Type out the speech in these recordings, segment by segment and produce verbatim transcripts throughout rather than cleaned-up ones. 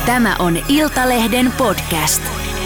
Tämä on Iltalehden podcast.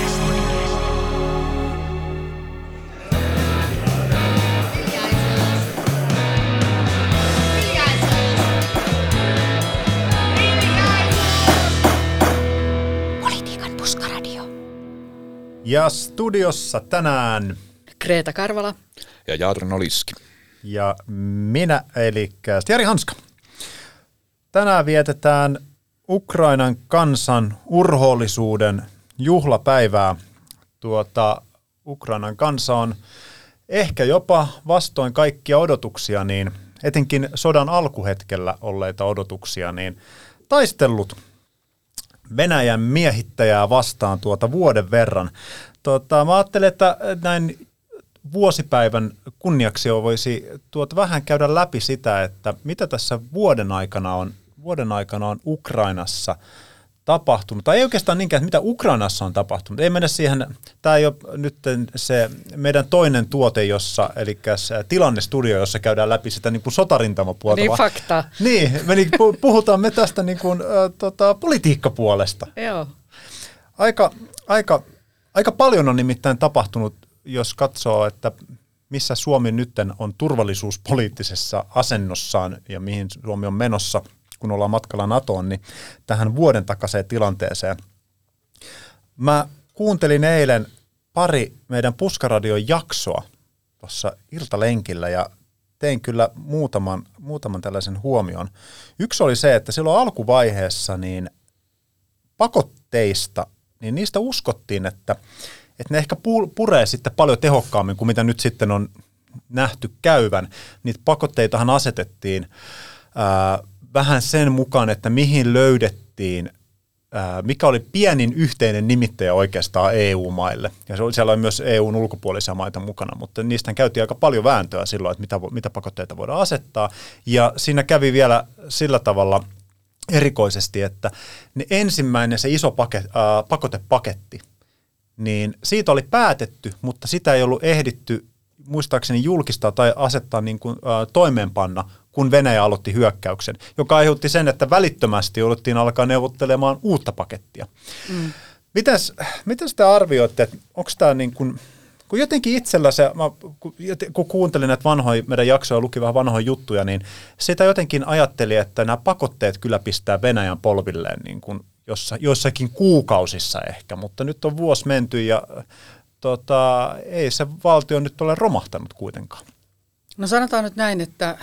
Politiikan puskaradio. Ja studiossa tänään Kreta Karvala ja Jarno Liski. Ja minä, eli Jari Hanska. Tänään vietetään Ukrainan kansan urhoollisuuden juhlapäivää. Tuota, Ukrainan kansa on ehkä jopa vastoin kaikkia odotuksia, niin etenkin sodan alkuhetkellä olleita odotuksia, niin taistellut Venäjän miehittäjää vastaan tuota vuoden verran. Tuota, mä ajattelin, että näin vuosipäivän kunniaksi voisi tuota vähän käydä läpi sitä, että mitä tässä vuoden aikana on, vuoden aikana on Ukrainassa tapahtunut. Tai ei oikeastaan niinkään, että mitä Ukrainassa on tapahtunut. Ei mennä siihen, tämä ei ole nyt se meidän toinen tuote, jossa, eli se tilannestudio, jossa käydään läpi sitä niin kuin sotarintamapuolta. Niin fakta. Niin, me niin puhutaan me tästä niin kuin, äh, tota, politiikkapuolesta. Joo. Aika, aika, aika paljon on nimittäin tapahtunut, jos katsoo, että missä Suomi nyt on turvallisuuspoliittisessa asennossaan ja mihin Suomi on menossa, kun ollaan matkalla NATOon, niin tähän vuoden takaiseen tilanteeseen. Mä kuuntelin eilen pari meidän Puskaradion jaksoa tuossa iltalenkillä ja tein kyllä muutaman, muutaman tällaisen huomion. Yksi oli se, että silloin alkuvaiheessa niin pakotteista, niin niistä uskottiin, että että ne ehkä puree sitten paljon tehokkaammin kuin mitä nyt sitten on nähty käyvän. Niitä pakotteitahan asetettiin ää, vähän sen mukaan, että mihin löydettiin, ää, mikä oli pienin yhteinen nimittäjä oikeastaan E U-maille. Ja se oli, siellä oli myös E U:n ulkopuolisia maita mukana, mutta niistä käytiin aika paljon vääntöä silloin, että mitä, mitä pakotteita voidaan asettaa. Ja siinä kävi vielä sillä tavalla erikoisesti, että ne ensimmäinen se iso paket, ää, pakotepaketti, niin siitä oli päätetty, mutta sitä ei ollut ehditty muistaakseni julkistaa tai asettaa niin kuin, ä, toimeenpanna, kun Venäjä aloitti hyökkäyksen, joka aiheutti sen, että välittömästi jouduttiin alkaa neuvottelemaan uutta pakettia. Mm. Mitäs, mitäs te arvioitte, että onko tämä niin kuin, kun jotenkin itsellä se, mä, kun kuuntelin näitä vanhoja, meidän jaksoja ja luki vähän vanhoja juttuja, niin sitä jotenkin ajattelin, että nämä pakotteet kyllä pistää Venäjän polvilleen niin kuin Jossa, jossakin kuukausissa ehkä, mutta nyt on vuosi menty ja tota, ei se valtio nyt ole romahtanut kuitenkaan. No sanotaan nyt näin, että,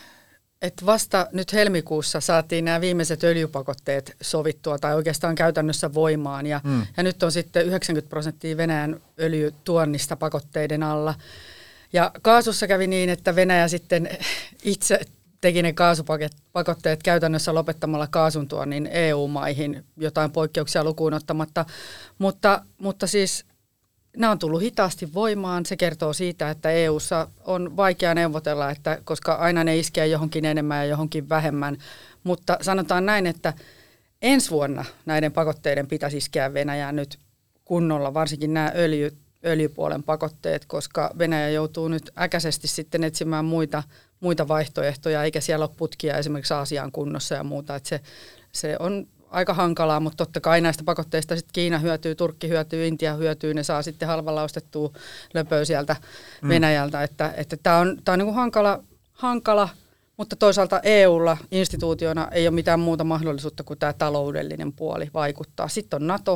että vasta nyt helmikuussa saatiin nämä viimeiset öljypakotteet sovittua tai oikeastaan käytännössä voimaan ja, mm. ja nyt on sitten yhdeksänkymmentä prosenttia Venäjän öljytuonnista pakotteiden alla. Ja kaasussa kävi niin, että Venäjä sitten itse teki ne kaasupakotteet käytännössä lopettamalla kaasuntuonnin E U-maihin, jotain poikkeuksia lukuun ottamatta, mutta, mutta siis nämä on tullut hitaasti voimaan. Se kertoo siitä, että E U:ssa on vaikea neuvotella, että, koska aina ne iskee johonkin enemmän ja johonkin vähemmän, mutta sanotaan näin, että ensi vuonna näiden pakotteiden pitäisi iskeä Venäjään nyt kunnolla, varsinkin nämä öljy, öljypuolen pakotteet, koska Venäjä joutuu nyt äkäisesti sitten etsimään muita muita vaihtoehtoja, eikä siellä ole putkia esimerkiksi Aasiaan kunnossa ja muuta. Että se, se on aika hankalaa, mutta totta kai näistä pakotteista sitten Kiina hyötyy, Turkki hyötyy, Intia hyötyy, ne saa sitten halvalla ostettua löpöä sieltä mm. Venäjältä. Että, että tämä on, tää on niin kuin hankala, hankala, mutta toisaalta E U:lla instituutiona ei ole mitään muuta mahdollisuutta kuin tämä taloudellinen puoli vaikuttaa. Sitten on NATO,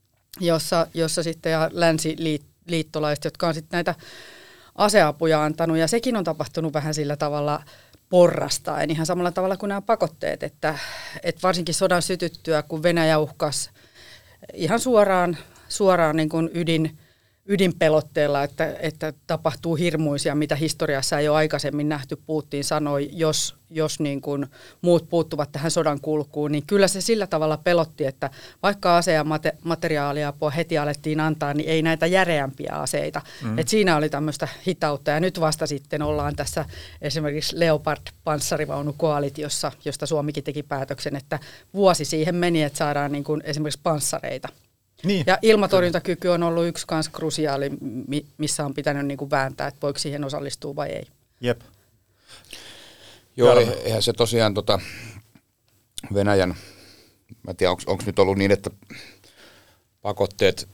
jossa, jossa sitten ja länsiliittolaiset, jotka on sitten näitä aseapuja antanut, ja sekin on tapahtunut vähän sillä tavalla porrastaen, ihan samalla tavalla kuin nämä pakotteet, että, että varsinkin sodan sytyttyä, kun Venäjä uhkasi ihan suoraan, suoraan niin kuin ydin, ydinpelotteella, että, että tapahtuu hirmuisia, mitä historiassa ei ole aikaisemmin nähty, Putin sanoi, jos, jos niin kuin muut puuttuvat tähän sodan kulkuun, niin kyllä se sillä tavalla pelotti, että vaikka ase- ja mate- materiaaliapua heti alettiin antaa, niin ei näitä järeämpiä aseita. Mm. Et siinä oli tämmöistä hitautta, ja nyt vasta sitten ollaan tässä esimerkiksi Leopard-panssarivaunukoalitiossa, josta Suomikin teki päätöksen, että vuosi siihen meni, että saadaan niin kuin esimerkiksi panssareita. Niin. Ja ilmatorjuntakyky on ollut yksi kans krusiaali, missä on pitänyt niin kuin vääntää, että voiko siihen osallistua vai ei. Jep. Joo, eihän se tosiaan tota Venäjän Mä en tiedä, onko nyt ollut niin, että pakotteet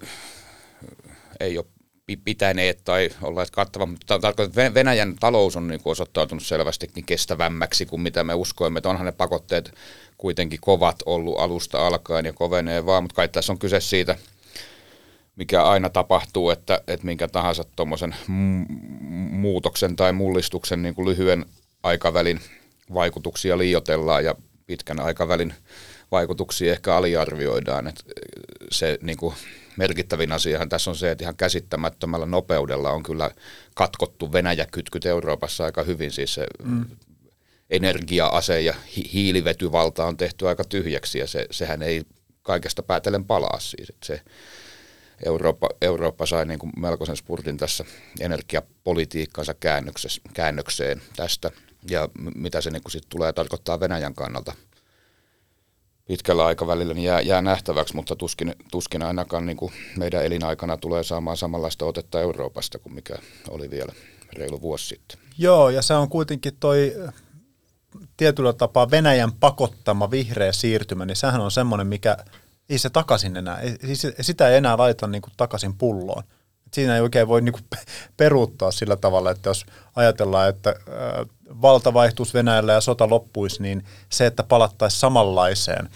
ei ole pitäneet tai olleet kattava, mutta tarkoittaa, että Venäjän talous on niin kuin osoittautunut selvästikin kestävämmäksi kuin mitä me uskoimme, että onhan ne pakotteet kuitenkin kovat ollut alusta alkaen ja kovenee vaan, mutta kai tässä on kyse siitä, mikä aina tapahtuu, että, että minkä tahansa tuommoisen muutoksen tai mullistuksen niin kuin lyhyen aikavälin vaikutuksia liioitellaan ja pitkän aikavälin vaikutuksia ehkä aliarvioidaan. Että se niin kuin merkittävin asiahan tässä on se, että ihan käsittämättömällä nopeudella on kyllä katkottu Venäjä-kytkyt Euroopassa aika hyvin. Siis se mm. energia-ase ja hi- hiilivetyvalta on tehty aika tyhjäksi ja se, sehän ei kaikesta päätellen palaa. Siis, että se Eurooppa, Eurooppa sai niin kuin melkoisen spurtin tässä energiapolitiikkansa käännökseen tästä ja mitä se niin kuin sit tulee tarkoittaa Venäjän kannalta pitkällä aikavälillä, niin jää, jää nähtäväksi, mutta tuskin, tuskin ainakaan niin kuin meidän elinaikana tulee saamaan samanlaista otetta Euroopasta kuin mikä oli vielä reilu vuosi sitten. Joo, ja se on kuitenkin toi tietyllä tapaa Venäjän pakottama vihreä siirtymä, niin sehän on semmoinen, mikä ei se takaisin enää, ei, sitä ei enää laita niin kuin takaisin pulloon. Siinä ei oikein voi niin kuin peruuttaa sillä tavalla, että jos ajatellaan, että valta vaihtuisi Venäjällä ja sota loppuisi, niin se, että palattaisiin samanlaiseen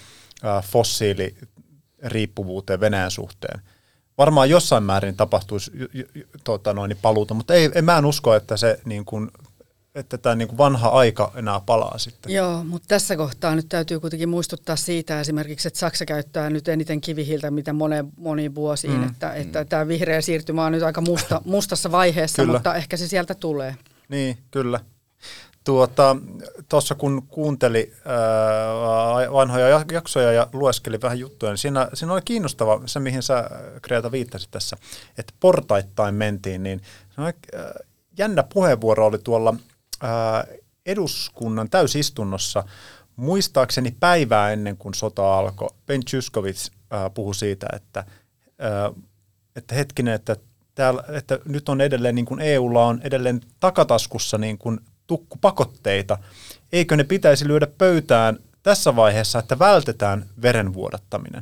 fossiiliriippuvuuteen Venäjän suhteen, varmaan jossain määrin tapahtuisi tota noin, paluuta, mutta ei, en, mä en usko, että se niin kuin, että tämä niin kuin vanha aika enää palaa sitten. Joo, mutta tässä kohtaa nyt täytyy kuitenkin muistuttaa siitä esimerkiksi, että Saksa käyttää nyt eniten kivihiiltä mitä moneen, moniin vuosiin, mm. että, että tämä vihreä siirtymä on nyt aika musta, mustassa vaiheessa, kyllä. Mutta ehkä se sieltä tulee. Niin, kyllä. Tuota, tuossa kun kuunteli ää, vanhoja jaksoja ja lueskeli vähän juttuja, niin siinä, siinä oli kiinnostava se, mihin sä Greta viittasit tässä, että portaittain mentiin, niin se oli, ää, jännä puheenvuoro oli tuolla ää, eduskunnan täysistunnossa, muistaakseni päivää ennen kuin sota alkoi. Ben Zyskowicz ää, puhui siitä, että, ää, että hetkinen, että, täällä, että nyt on edelleen, niin kuin E U:lla on edelleen takataskussa niin kuin tukkupakotteita. Eikö ne pitäisi lyödä pöytään tässä vaiheessa, että vältetään verenvuodattaminen?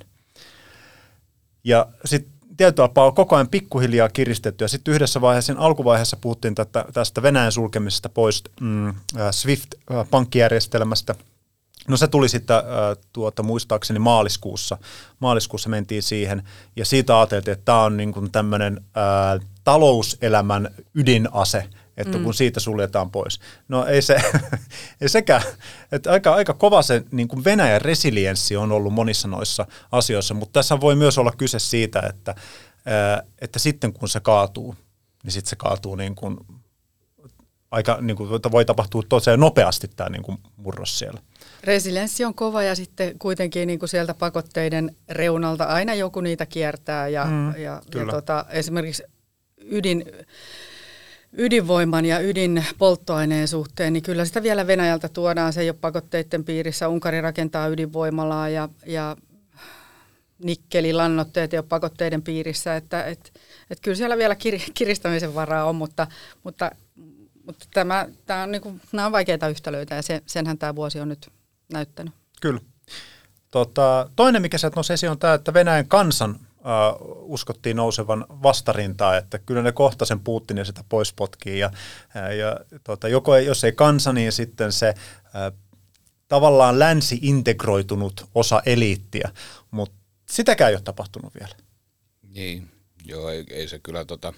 Ja sitten tietyllä tapaa on koko ajan pikkuhiljaa kiristetty. Ja sitten yhdessä vaiheessa, alkuvaiheessa puhuttiin tätä, tästä Venäjän sulkemisesta pois mm, SWIFT-pankkijärjestelmästä. No se tuli sitten äh, tuota, muistaakseni maaliskuussa. Maaliskuussa mentiin siihen ja siitä ajateltiin, että tämä on niin kuin tämmöinen äh, talouselämän ydinase, että mm. kun siitä suljetaan pois. No ei, se, ei sekään, että aika, aika kova se niin kuin Venäjän resilienssi on ollut monissa noissa asioissa, mutta tässä voi myös olla kyse siitä, että, ää, että sitten kun se kaatuu, niin sitten se kaatuu niin kuin, aika, niin kuin, voi tapahtua tosiaan nopeasti tämä niin kuin murros siellä. Resilienssi on kova ja sitten kuitenkin niin kuin sieltä pakotteiden reunalta aina joku niitä kiertää ja, mm, ja, ja tota, esimerkiksi ydin... ydinvoiman ja ydinpolttoaineen suhteen, niin kyllä sitä vielä Venäjältä tuodaan, se ei ole pakotteiden piirissä. Unkari rakentaa ydinvoimalaa ja, ja nikkelilannoitteet ei ole pakotteiden piirissä, että et, et kyllä siellä vielä kir, kiristämisen varaa on, mutta, mutta, mutta tämä, tämä on, niin kuin, nämä on vaikeita yhtälöitä ja se, senhän tämä vuosi on nyt näyttänyt. Kyllä. Tota, toinen, mikä sieltä nousi esiin, on tämä, että Venäjän kansan Uh, uskottiin nousevan vastarintaa, että kyllä ne kohta sen Putinin sitä pois potkii ja, ja tuota, joko ei, jos ei kansa, niin sitten se uh, tavallaan länsi-integroitunut osa eliittiä, mutta sitäkään ei ole tapahtunut vielä. Niin, joo, ei, ei se kyllä tota,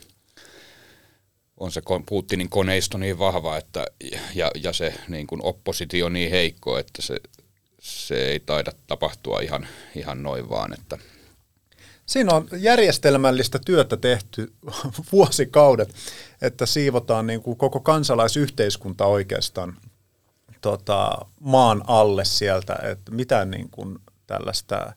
on se Putinin koneisto niin vahva, että ja, ja se niin kuin oppositio niin heikko, että se, se ei taida tapahtua ihan, ihan noin vaan, että siinä on järjestelmällistä työtä tehty vuosikaudet, että siivotaan niin kuin koko kansalaisyhteiskunta oikeastaan tota, maan alle sieltä, että mitään niin kuin tällaista ä,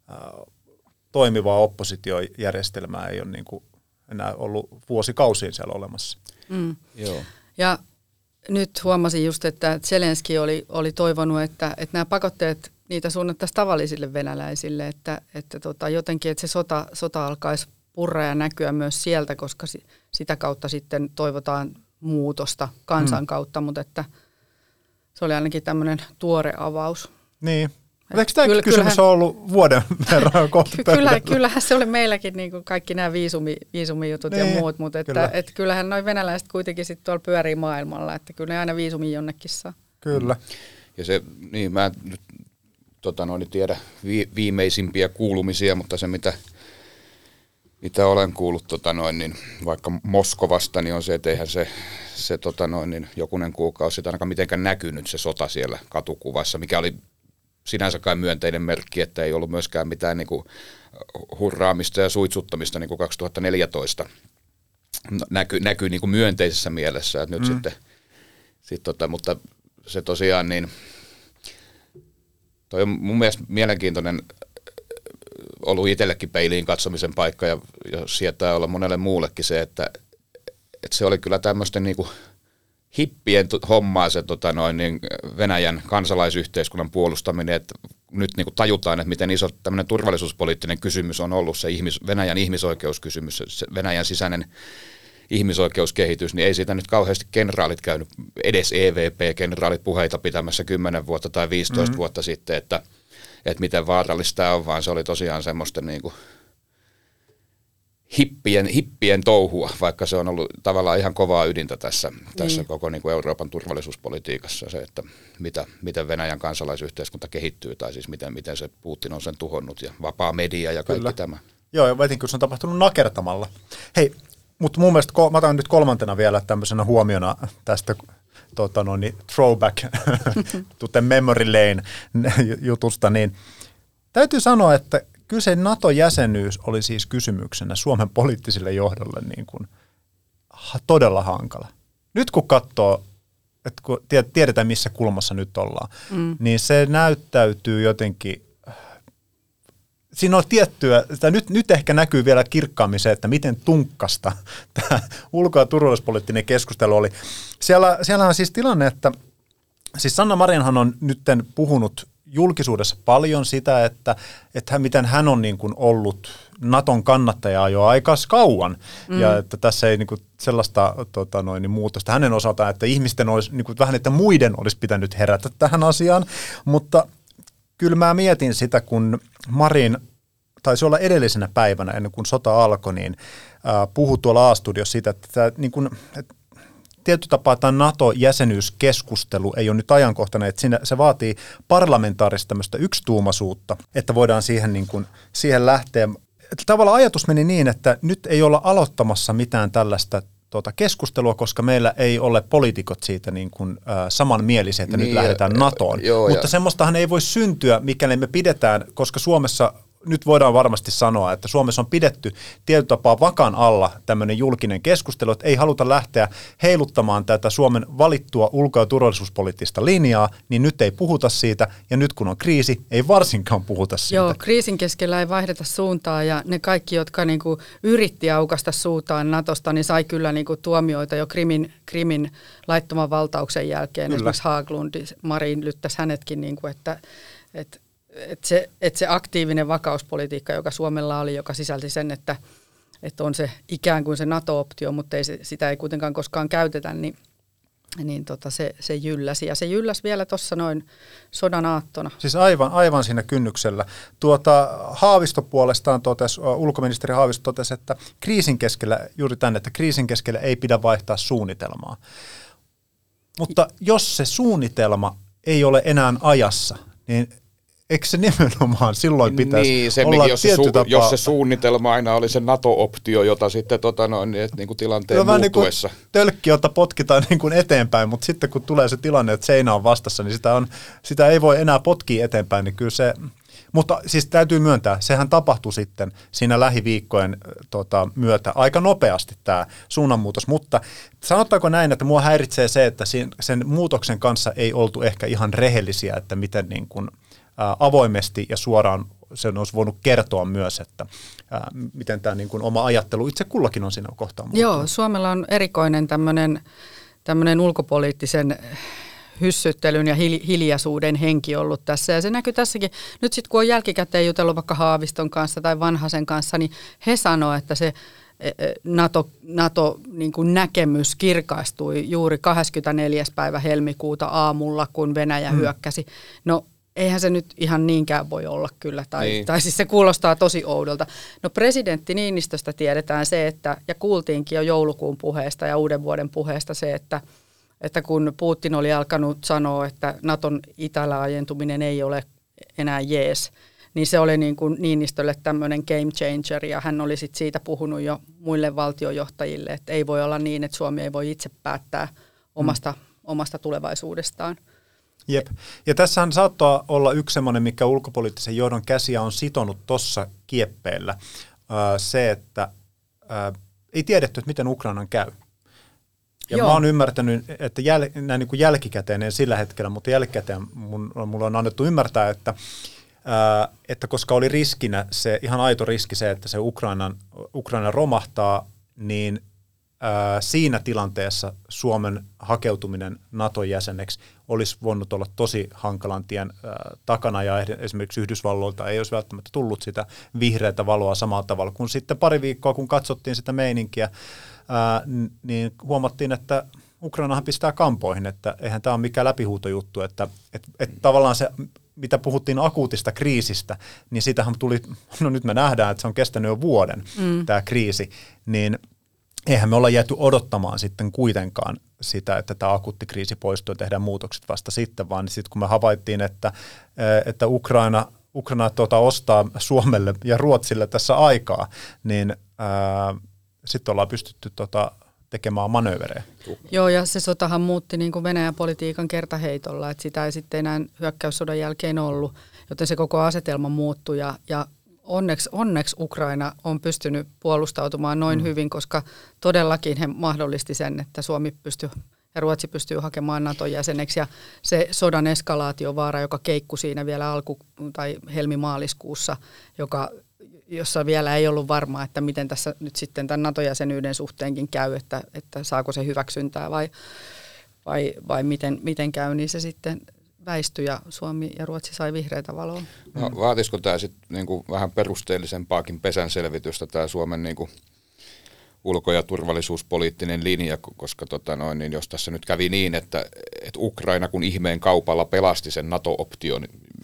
toimivaa oppositiojärjestelmää ei ole niin kuin enää ollut vuosikausiin siellä olemassa. Mm. Joo. Ja nyt huomasin just, että Zelenski oli, oli toivonut, että, että nämä pakotteet niitä suunnattaisiin tavallisille venäläisille, että, että tota, jotenkin, että se sota, sota alkaisi purra ja näkyä myös sieltä, koska si, sitä kautta sitten toivotaan muutosta kansan mm. kautta, mutta että se oli ainakin tämmöinen tuore avaus. Niin, Eikö tämä Kyllä, kysymys kyllähän, ole ollut vuoden verran kohta kyllä, Kyllähän se oli meilläkin niin kuin kaikki nämä viisumi, viisumijutut niin, ja muut, mutta kyllä. että, että kyllähän noi venäläiset kuitenkin sitten tuolla pyörii maailmalla, että kyllä ne aina viisumi jonnekin saa. Kyllä. Ja se, niin mä nyt tota noin, tiedä vi, viimeisimpiä kuulumisia, mutta se mitä, mitä olen kuullut tota noin, niin vaikka Moskovasta, niin on se, että eihän se, se tota noin, niin jokunen kuukausi sitten ainakaan mitenkään näkynyt se sota siellä katukuvassa, mikä oli sinänsä kai myönteinen merkki, että ei ollut myöskään mitään niin kuin hurraamista ja suitsuttamista niin kuin kaksituhattaneljätoista näkyy, näkyy niin kuin myönteisessä mielessä. Että nyt mm. sitten, sit tota, mutta se tosiaan niin, toi on mun mielestä mielenkiintoinen ollut itsellekin peiliin katsomisen paikka ja, ja sietää olla monelle muullekin se, että, että se oli kyllä tämmöisten niin kuin hippien hommaa se tota noin, niin Venäjän kansalaisyhteiskunnan puolustaminen, että nyt niin kuin tajutaan, että miten iso tämmöinen turvallisuuspoliittinen kysymys on ollut se ihmis, Venäjän ihmisoikeuskysymys, se Venäjän sisäinen ihmisoikeuskehitys, niin ei siitä nyt kauheasti kenraalit käynyt, edes E V P-kenraalit puheita pitämässä kymmenen vuotta tai viisitoista mm-hmm. vuotta sitten, että, että miten vaarallista tämä on, vaan se oli tosiaan semmoista niin kuin hippien, hippien touhua, vaikka se on ollut tavallaan ihan kovaa ydintä tässä, tässä mm. koko niin kuin Euroopan turvallisuuspolitiikassa, se, että mitä, miten Venäjän kansalaisyhteiskunta kehittyy, tai siis miten, miten se Putin on sen tuhonnut, ja vapaa media ja kaikki Kyllä. tämä. Joo, ja etenkin kun se on tapahtunut nakertamalla. Hei, mutta mun mielestä, mä otan nyt kolmantena vielä tämmöisenä huomiona tästä tota noin, throwback to the memory lane jutusta, niin täytyy sanoa, että kyllä se NATO-jäsenyys oli siis kysymyksenä Suomen poliittiselle johdolle niin kuin todella hankala. Nyt kun katsoo, että kun tiedetään missä kulmassa nyt ollaan, mm. niin se näyttäytyy jotenkin, siinä on tiettyä, nyt, nyt ehkä näkyy vielä kirkkaammin se, että miten tunkkasta tämä ulko- ja turvallisuuspoliittinen keskustelu oli. Siellä, siellä on siis tilanne, että siis Sanna Marinhan on nytten puhunut julkisuudessa paljon sitä, että, että miten hän on niin kuin ollut Naton kannattajaa jo aika kauan mm. ja että tässä ei niin kuin sellaista tota noin, muutosta hänen osaltaan, että ihmisten olisi niin kuin vähän, että muiden olisi pitänyt herätä tähän asiaan, mutta kyllä mä mietin sitä, kun Marin taisi olla edellisenä päivänä ennen kuin sota alkoi, niin äh, puhui tuolla A-studiossa siitä, että, tämä, niin kuin, että tietyllä tapaa tämä NATO-jäsenyyskeskustelu ei ole nyt ajankohtainen, että siinä, se vaatii parlamentaarista tämmöistä yksituumaisuutta, että voidaan siihen, niin kuin, siihen lähteä. Että tavallaan ajatus meni niin, että nyt ei olla aloittamassa mitään tällaista tuota keskustelua, koska meillä ei ole poliitikot siitä niin kuin, äh, samanmielisiä, että niin, nyt lähdetään NATOon. Joo, mutta ja semmoistahan ei voi syntyä, mikäli me pidetään, koska Suomessa nyt voidaan varmasti sanoa, että Suomessa on pidetty tietyllä tapaa vakan alla tämmöinen julkinen keskustelu, että ei haluta lähteä heiluttamaan tätä Suomen valittua ulko- ja turvallisuuspoliittista linjaa, niin nyt ei puhuta siitä, ja nyt kun on kriisi, ei varsinkaan puhuta siitä. Joo, kriisin keskellä ei vaihdeta suuntaa, ja ne kaikki, jotka niinku yritti aukasta suuntaan Natosta, niin sai kyllä niinku tuomioita jo Krimin, Krimin laittoman valtauksen jälkeen. Kyllä. Esimerkiksi Haglund, Marin lyttäisi hänetkin, niinku, että, että Että se, et se aktiivinen vakauspolitiikka, joka Suomella oli, joka sisälti sen, että, että on se ikään kuin se NATO-optio, mutta ei se, sitä ei kuitenkaan koskaan käytetä, niin, niin tota se, se jylläsi. Ja se jylläsi vielä tuossa noin sodan aattona. Siis aivan, aivan siinä kynnyksellä. Tuota, Haavisto puolestaan totesi, ulkoministeri Haavisto totesi, että kriisin keskellä, juuri tänne, että kriisin keskellä ei pidä vaihtaa suunnitelmaa. Mutta jos se suunnitelma ei ole enää ajassa, niin eikö se nimenomaan silloin pitäisi niin, se, olla jos tietty se, su- tapa... jos se suunnitelma aina oli se NATO-optio, jota sitten tota noin, et, niin kuin tilanteen muuttuessa. Niin kuin tölkki, jota potkitaan niin kuin eteenpäin, mutta sitten kun tulee se tilanne, että seinä on vastassa, niin sitä, on, sitä ei voi enää potkia eteenpäin. Niin kyllä se, mutta siis täytyy myöntää, sehän tapahtui sitten siinä lähiviikkojen tota, myötä aika nopeasti tämä suunnanmuutos, mutta sanotaanko näin, että mua häiritsee se, että sen muutoksen kanssa ei oltu ehkä ihan rehellisiä, että miten niin kuin avoimesti ja suoraan sen olisi voinut kertoa myös, että ää, miten tämä niin kuin oma ajattelu itse kullakin on siinä kohtaa muuttunut. Joo, Suomella on erikoinen tämmöinen, tämmöinen ulkopoliittisen hyssyttelyn ja hiljaisuuden henki ollut tässä. Ja se näkyy tässäkin. Nyt sitten kun on jälkikäteen jutellut vaikka Haaviston kanssa tai Vanhasen kanssa, niin he sanoo, että se NATO, NATO niin kuin näkemys kirkaistui juuri kahdeskymmenesneljäs päivä helmikuuta aamulla, kun Venäjä hmm. hyökkäsi. No eihän se nyt ihan niinkään voi olla kyllä, tai, niin. tai siis se kuulostaa tosi oudolta. No presidentti Niinistöstä tiedetään se, että, ja kuultiinkin jo joulukuun puheesta ja uuden vuoden puheesta se, että, että kun Putin oli alkanut sanoa, että Naton itälaajentuminen ei ole enää jees, niin se oli niin kuin Niinistölle tämmöinen game changer, ja hän oli sit siitä puhunut jo muille valtiojohtajille, että ei voi olla niin, että Suomi ei voi itse päättää omasta, mm. omasta tulevaisuudestaan. Jep. Ja tässähän saattaa olla yksi semmoinen, mikä ulkopoliittisen johdon käsiä on sitonut tuossa kieppeillä, se, että ei tiedetty, että miten Ukrainan käy. Ja Joo. mä oon ymmärtänyt, että jäl, näin niin kuin jälkikäteen, en sillä hetkellä, mutta jälkikäteen mun, mulla on annettu ymmärtää, että, ää, että koska oli riskinä se, ihan aito riski se, että se Ukrainan, Ukraina romahtaa, niin ää, siinä tilanteessa Suomen hakeutuminen Naton jäseneksi olisi voinut olla tosi hankalan tien ää, takana, ja esimerkiksi Yhdysvalloilta ei olisi välttämättä tullut sitä vihreätä valoa samalla tavalla, kun sitten pari viikkoa, kun katsottiin sitä meininkiä, Ää, niin huomattiin, että Ukrainahan pistää kampoihin, että eihän tämä ole mikään läpihuutojuttu, että et, et tavallaan se, mitä puhuttiin akuutista kriisistä, niin sitähän tuli, no nyt me nähdään, että se on kestänyt jo vuoden, mm. tämä kriisi, niin eihän me olla jääty odottamaan sitten kuitenkaan sitä, että tämä akuutti kriisi poistuu ja tehdään muutokset vasta sitten, vaan sitten kun me havaittiin, että, että Ukraina, Ukraina tuota, ostaa Suomelle ja Ruotsille tässä aikaa, niin ää, sitten ollaan pystytty tota, tekemään manööverejä. Joo, ja se sotahan muutti niin kuin Venäjän politiikan kertaheitolla, että sitä ei sitten enää hyökkäyssodan jälkeen ollut, joten se koko asetelma muuttui, ja, ja onneksi, onneksi Ukraina on pystynyt puolustautumaan noin mm. hyvin, koska todellakin he mahdollisti sen, että Suomi pystyy ja Ruotsi pystyy hakemaan Naton jäseneksi, ja se sodan eskalaatiovaara, joka keikkui siinä vielä alku- tai helmimaaliskuussa, joka jossa vielä ei ollut varmaa, että miten tässä nyt sitten tämän NATO-jäsenyyden suhteenkin käy, että, että saako se hyväksyntää vai, vai, vai miten, miten käy, niin se sitten väistyi ja Suomi ja Ruotsi sai vihreätä valoa. No, vaatisiko tämä sitten niinku vähän perusteellisempaakin pesänselvitystä, tämä Suomen niinku ulko- ja turvallisuuspoliittinen linja, koska tota noin, niin jos tässä nyt kävi niin, että, että Ukraina kun ihmeen kaupalla pelasti sen NATO-option,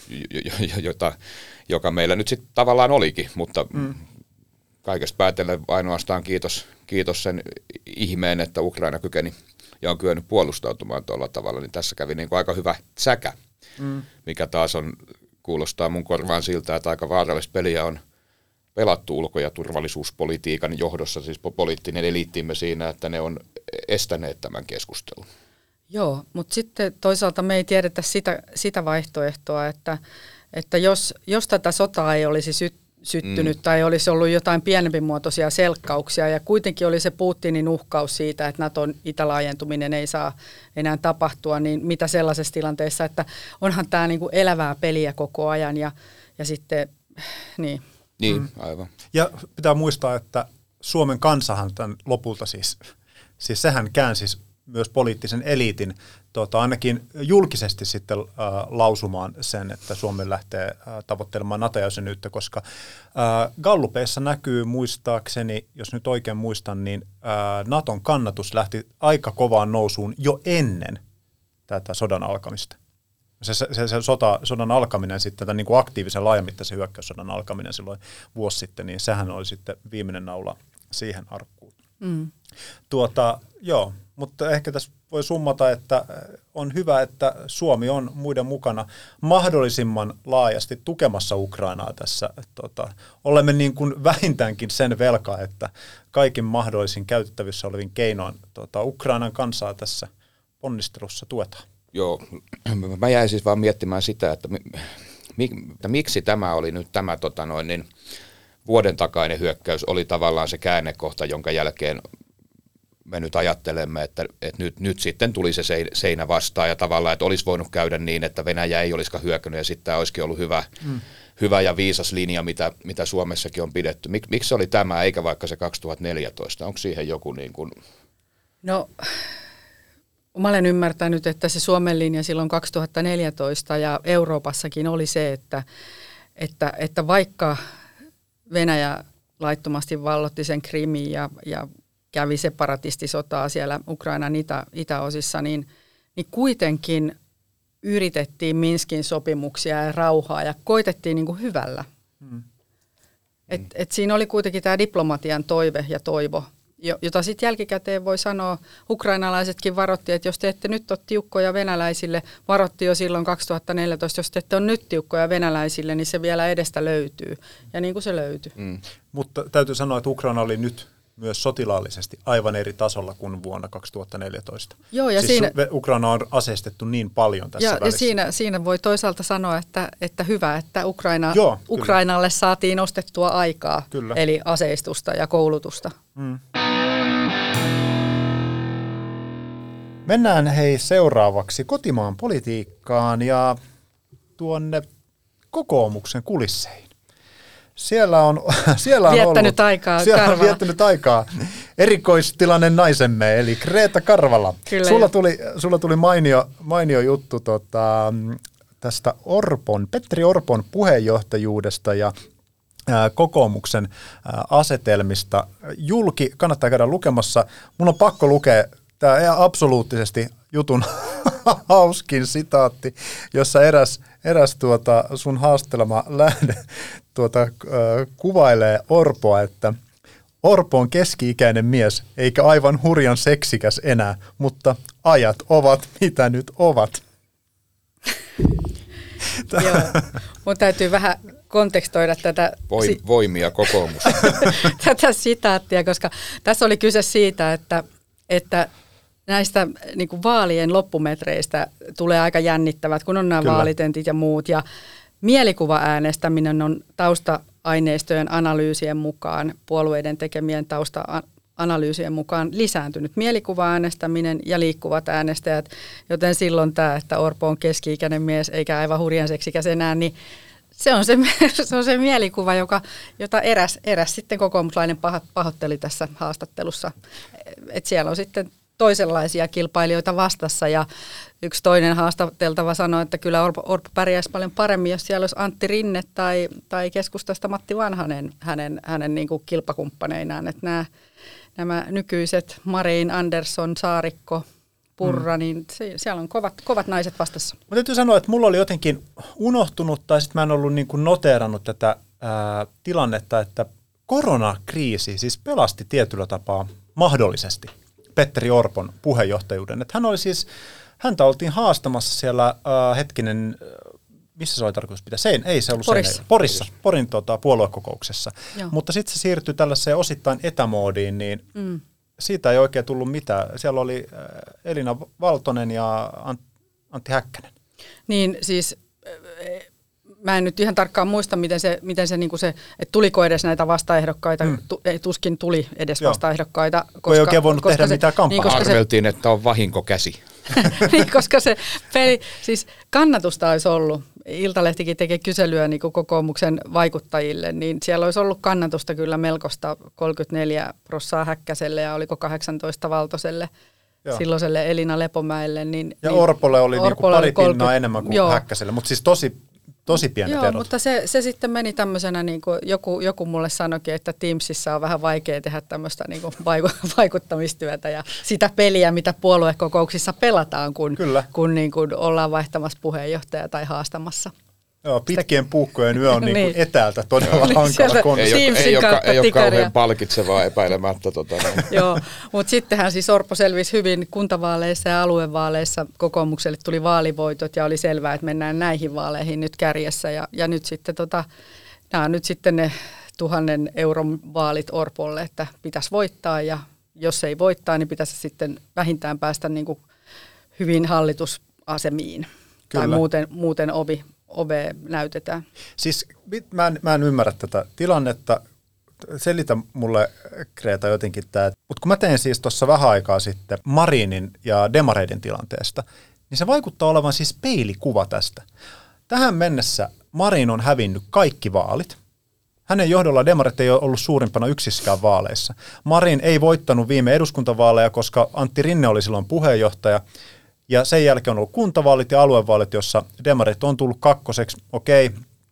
jota, joka meillä nyt sitten tavallaan olikin, mutta mm. kaikesta päätellen ainoastaan kiitos, kiitos sen ihmeen, että Ukraina kykeni ja on kyennyt puolustautumaan tuolla tavalla, niin tässä kävi niin kuin aika hyvä säkä, mm. mikä taas on, kuulostaa mun korvaan siltä, että aika vaarallista peliä on pelattu ulko- ja turvallisuuspolitiikan johdossa, siis poliittinen eliittimme siinä, että ne on estäneet tämän keskustelun. Joo, mutta sitten toisaalta me ei tiedetä sitä, sitä vaihtoehtoa, että, että jos, jos tätä sotaa ei olisi sy, syttynyt mm. tai olisi ollut jotain pienempimuotoisia selkkauksia ja kuitenkin oli se Putinin uhkaus siitä, että Naton itälaajentuminen ei saa enää tapahtua, niin mitä sellaisessa tilanteessa, että onhan tämä niinku elävää peliä koko ajan ja, ja sitten niin. Niin, mm. aivan. Ja pitää muistaa, että Suomen kansahan tämän lopulta siis, siis sehän käänsi myös poliittisen eliitin tuota, ainakin julkisesti sitten äh, lausumaan sen, että Suomi lähtee äh, tavoittelemaan NATO-jäsenyyttä, koska äh, Gallupeissa näkyy muistaakseni, jos nyt oikein muistan, niin äh, Naton kannatus lähti aika kovaan nousuun jo ennen tätä sodan alkamista. Se, se, se sota, sodan alkaminen sitten, tämän niin kuin aktiivisen laajamittaisen hyökkäyssodan alkaminen silloin vuosi sitten, niin sehän oli sitten viimeinen naula siihen arkkuun. Mm. Tuota, joo, mutta ehkä tässä voi summata, että on hyvä, että Suomi on muiden mukana mahdollisimman laajasti tukemassa Ukrainaa tässä. Tuota, olemme niin kuin vähintäänkin sen velkaa, että kaikin mahdollisin käytettävissä olevin keinoin tuota, Ukrainan kansaa tässä ponnistelussa tuetaan. Joo, mä jäin siis vaan miettimään sitä, että, mi, että miksi tämä oli nyt tämä tota noin, niin vuoden takainen hyökkäys oli tavallaan se käännekohta, jonka jälkeen me nyt ajattelemme, että, että nyt, nyt sitten tuli se seinä vastaan ja tavallaan, että olisi voinut käydä niin, että Venäjä ei olisikaan hyökännyt ja sitten tämä olisikin ollut hyvä, mm. hyvä ja viisas linja, mitä, mitä Suomessakin on pidetty. Mik, miksi se oli tämä eikä vaikka se kaksituhattaneljätoista? Onko siihen joku niin kuin... No... Mä olen ymmärtänyt, että se Suomen linja silloin kaksituhattaneljätoista ja Euroopassakin oli se, että, että, että vaikka Venäjä laittomasti vallotti sen Krimin ja, ja kävi separatistisotaa siellä Ukrainan itä, itäosissa, niin, niin kuitenkin yritettiin Minskin sopimuksia ja rauhaa ja koitettiin niin kuin hyvällä. Mm. Et, et siinä oli kuitenkin tämä diplomatian toive ja toivo, jota sitten jälkikäteen voi sanoa, ukrainalaisetkin varoitti, että jos te ette nyt ole tiukkoja venäläisille, varoitti jo silloin kaksituhattaneljätoista, jos te ette ole nyt tiukkoja venäläisille, niin se vielä edestä löytyy. Ja niin kuin se löytyi. Mm. Mutta täytyy sanoa, että Ukraina oli nyt myös sotilaallisesti aivan eri tasolla kuin vuonna kaksituhattaneljätoista. Joo, ja siis siinä, Ukraina on aseistettu niin paljon tässä ja, välissä. Ja siinä, siinä voi toisaalta sanoa, että, että hyvä, että Ukraina, Joo, Ukrainalle saatiin ostettua aikaa, kyllä. Eli aseistusta ja koulutusta. Mm. Mennään hei seuraavaksi kotimaan politiikkaan ja tuonne kokoomuksen kulisseihin. Siellä on, siellä on viettänyt ollut, aikaa siellä Karvala. on viettänyt aikaa erikoistilanne naisemme, eli Greta Karvala. Kyllä sulla tuli, sulla tuli mainio, mainio juttu tota, tästä Orpon, Petteri Orpon puheenjohtajuudesta ja ää, kokoomuksen ää, asetelmista. Julki, kannattaa käydä lukemassa. Mun on pakko lukea tämä ihan absoluuttisesti jutun hauskin sitaatti, jossa eräs, eräs tuota sun haastelema lähde tuota, äh, kuvailee Orpoa, että Orpo on keski-ikäinen mies, eikä aivan hurjan seksikäs enää, mutta ajat ovat mitä nyt ovat. Joo, mun täytyy vähän kontekstoida tätä, Voim, voimia kokoomus. tätä sitaattia, koska tässä oli kyse siitä, että, että näistä niin kuin vaalien loppumetreistä tulee aika jännittävät, kun on nämä Kyllä. vaalitentit ja muut. Ja mielikuva-äänestäminen on tausta-aineistojen analyysien mukaan, puolueiden tekemien tausta-analyysien mukaan lisääntynyt mielikuva-äänestäminen ja liikkuvat äänestäjät. Joten silloin tämä, että Orpo on keski-ikäinen mies eikä aivan hurjan seksikäs enää, niin se on se, se, on se mielikuva, joka, jota eräs, eräs sitten kokoomuslainen pahoitteli tässä haastattelussa. Et siellä on sitten toisenlaisia kilpailijoita vastassa ja yksi toinen haastateltava sanoi, että kyllä Orpo, Orpo pärjäisi paljon paremmin, jos siellä olisi Antti Rinne tai, tai keskustasta Matti Vanhanen hänen, hänen niin kuin kilpakumppaneinaan. Että nämä, nämä nykyiset Marin, Andersson, Saarikko, Purra, mm. niin se, siellä on kovat, kovat naiset vastassa. Mä täytyy sanoa, että mulla oli jotenkin unohtunut tai sitten mä en ollut niin kuin noteerannut tätä ää, tilannetta, että koronakriisi siis pelasti tietyllä tapaa mahdollisesti Petteri Orpon puheenjohtajuuden. Että hän oli siis, häntä oltiin haastamassa siellä äh, hetkinen, missä se oli tarkoitus pitää? Sein, ei se ollut Porissa. Sein, Porissa, Porin tota, puoluekokouksessa. Joo. Mutta sitten se siirtyi tällaiseen osittain etämoodiin, niin mm. siitä ei oikein tullut mitään. Siellä oli äh, Elina Valtonen ja Antti Häkkänen. Niin siis mä en nyt ihan tarkkaan muista, miten se, miten se, niin kuin se että tuliko edes näitä vastaehdokkaita, mm. tu, ei, tuskin tuli edes Joo. vastaehdokkaita. Koska, ei oikein voinut tehdä se, mitään kampanjaa. Niin, Arveltiin, se, että on vahinkokäsi. niin, koska se peli, siis kannatusta olisi ollut, Iltalehtikin tekee kyselyä niin kuin kokoomuksen vaikuttajille, niin siellä olisi ollut kannatusta kyllä melkoista kolmekymmentäneljä prosenttia Häkkäselle ja oliko kahdeksantoista Valtoselle. Joo. Silloiselle Elina Lepomäelle. Niin, ja niin, Orpolle oli Orpolle niin kuin pari kolmekymmentä pinnaa enemmän kuin Joo. Häkkäselle, mutta siis tosi, tosi pienet Joo, erot. mutta se, se sitten meni tämmöisenä, niin kuin joku, joku mulle sanoikin, että Teamsissa on vähän vaikea tehdä tämmöistä niin kuin vaikuttamistyötä ja sitä peliä, mitä puoluekokouksissa pelataan, kun, kun niin kuin ollaan vaihtamassa puheenjohtajaa tai haastamassa. Joo, pitkien puukkojen yö on niin kuin etäältä todella niin, hankala konsepti. Ei, ei, ole, ei ole kauhean palkitsevaa epäilemättä. Tota, Joo, mutta sittenhän siis Orpo selvisi hyvin kuntavaaleissa ja aluevaaleissa. Kokoomukselle tuli vaalivoitot ja oli selvää, että mennään näihin vaaleihin nyt kärjessä. Ja, ja nyt sitten tota, nämä on nyt sitten ne tuhannen euron vaalit Orpolle, että pitäisi voittaa ja jos ei voittaa, niin pitäisi sitten vähintään päästä niin kuin hyvin hallitusasemiin. Kyllä. Tai muuten, muuten ovi. Ove näytetään. Siis mä en, mä en ymmärrä tätä tilannetta. Selitä mulle, Greta, jotenkin tämä. Mutta kun mä tein siis tuossa vähän aikaa sitten Marinin ja Demareiden tilanteesta, niin se vaikuttaa olevan siis peilikuva tästä. Tähän mennessä Marin on hävinnyt kaikki vaalit. Hänen johdolla Demaret ei ole ollut suurimpana yksissäkään vaaleissa. Marin ei voittanut viime eduskuntavaaleja, koska Antti Rinne oli silloin puheenjohtaja. Ja sen jälkeen on ollut kuntavaalit ja aluevaalit, jossa demarit on tullut kakkoseksi. Okei,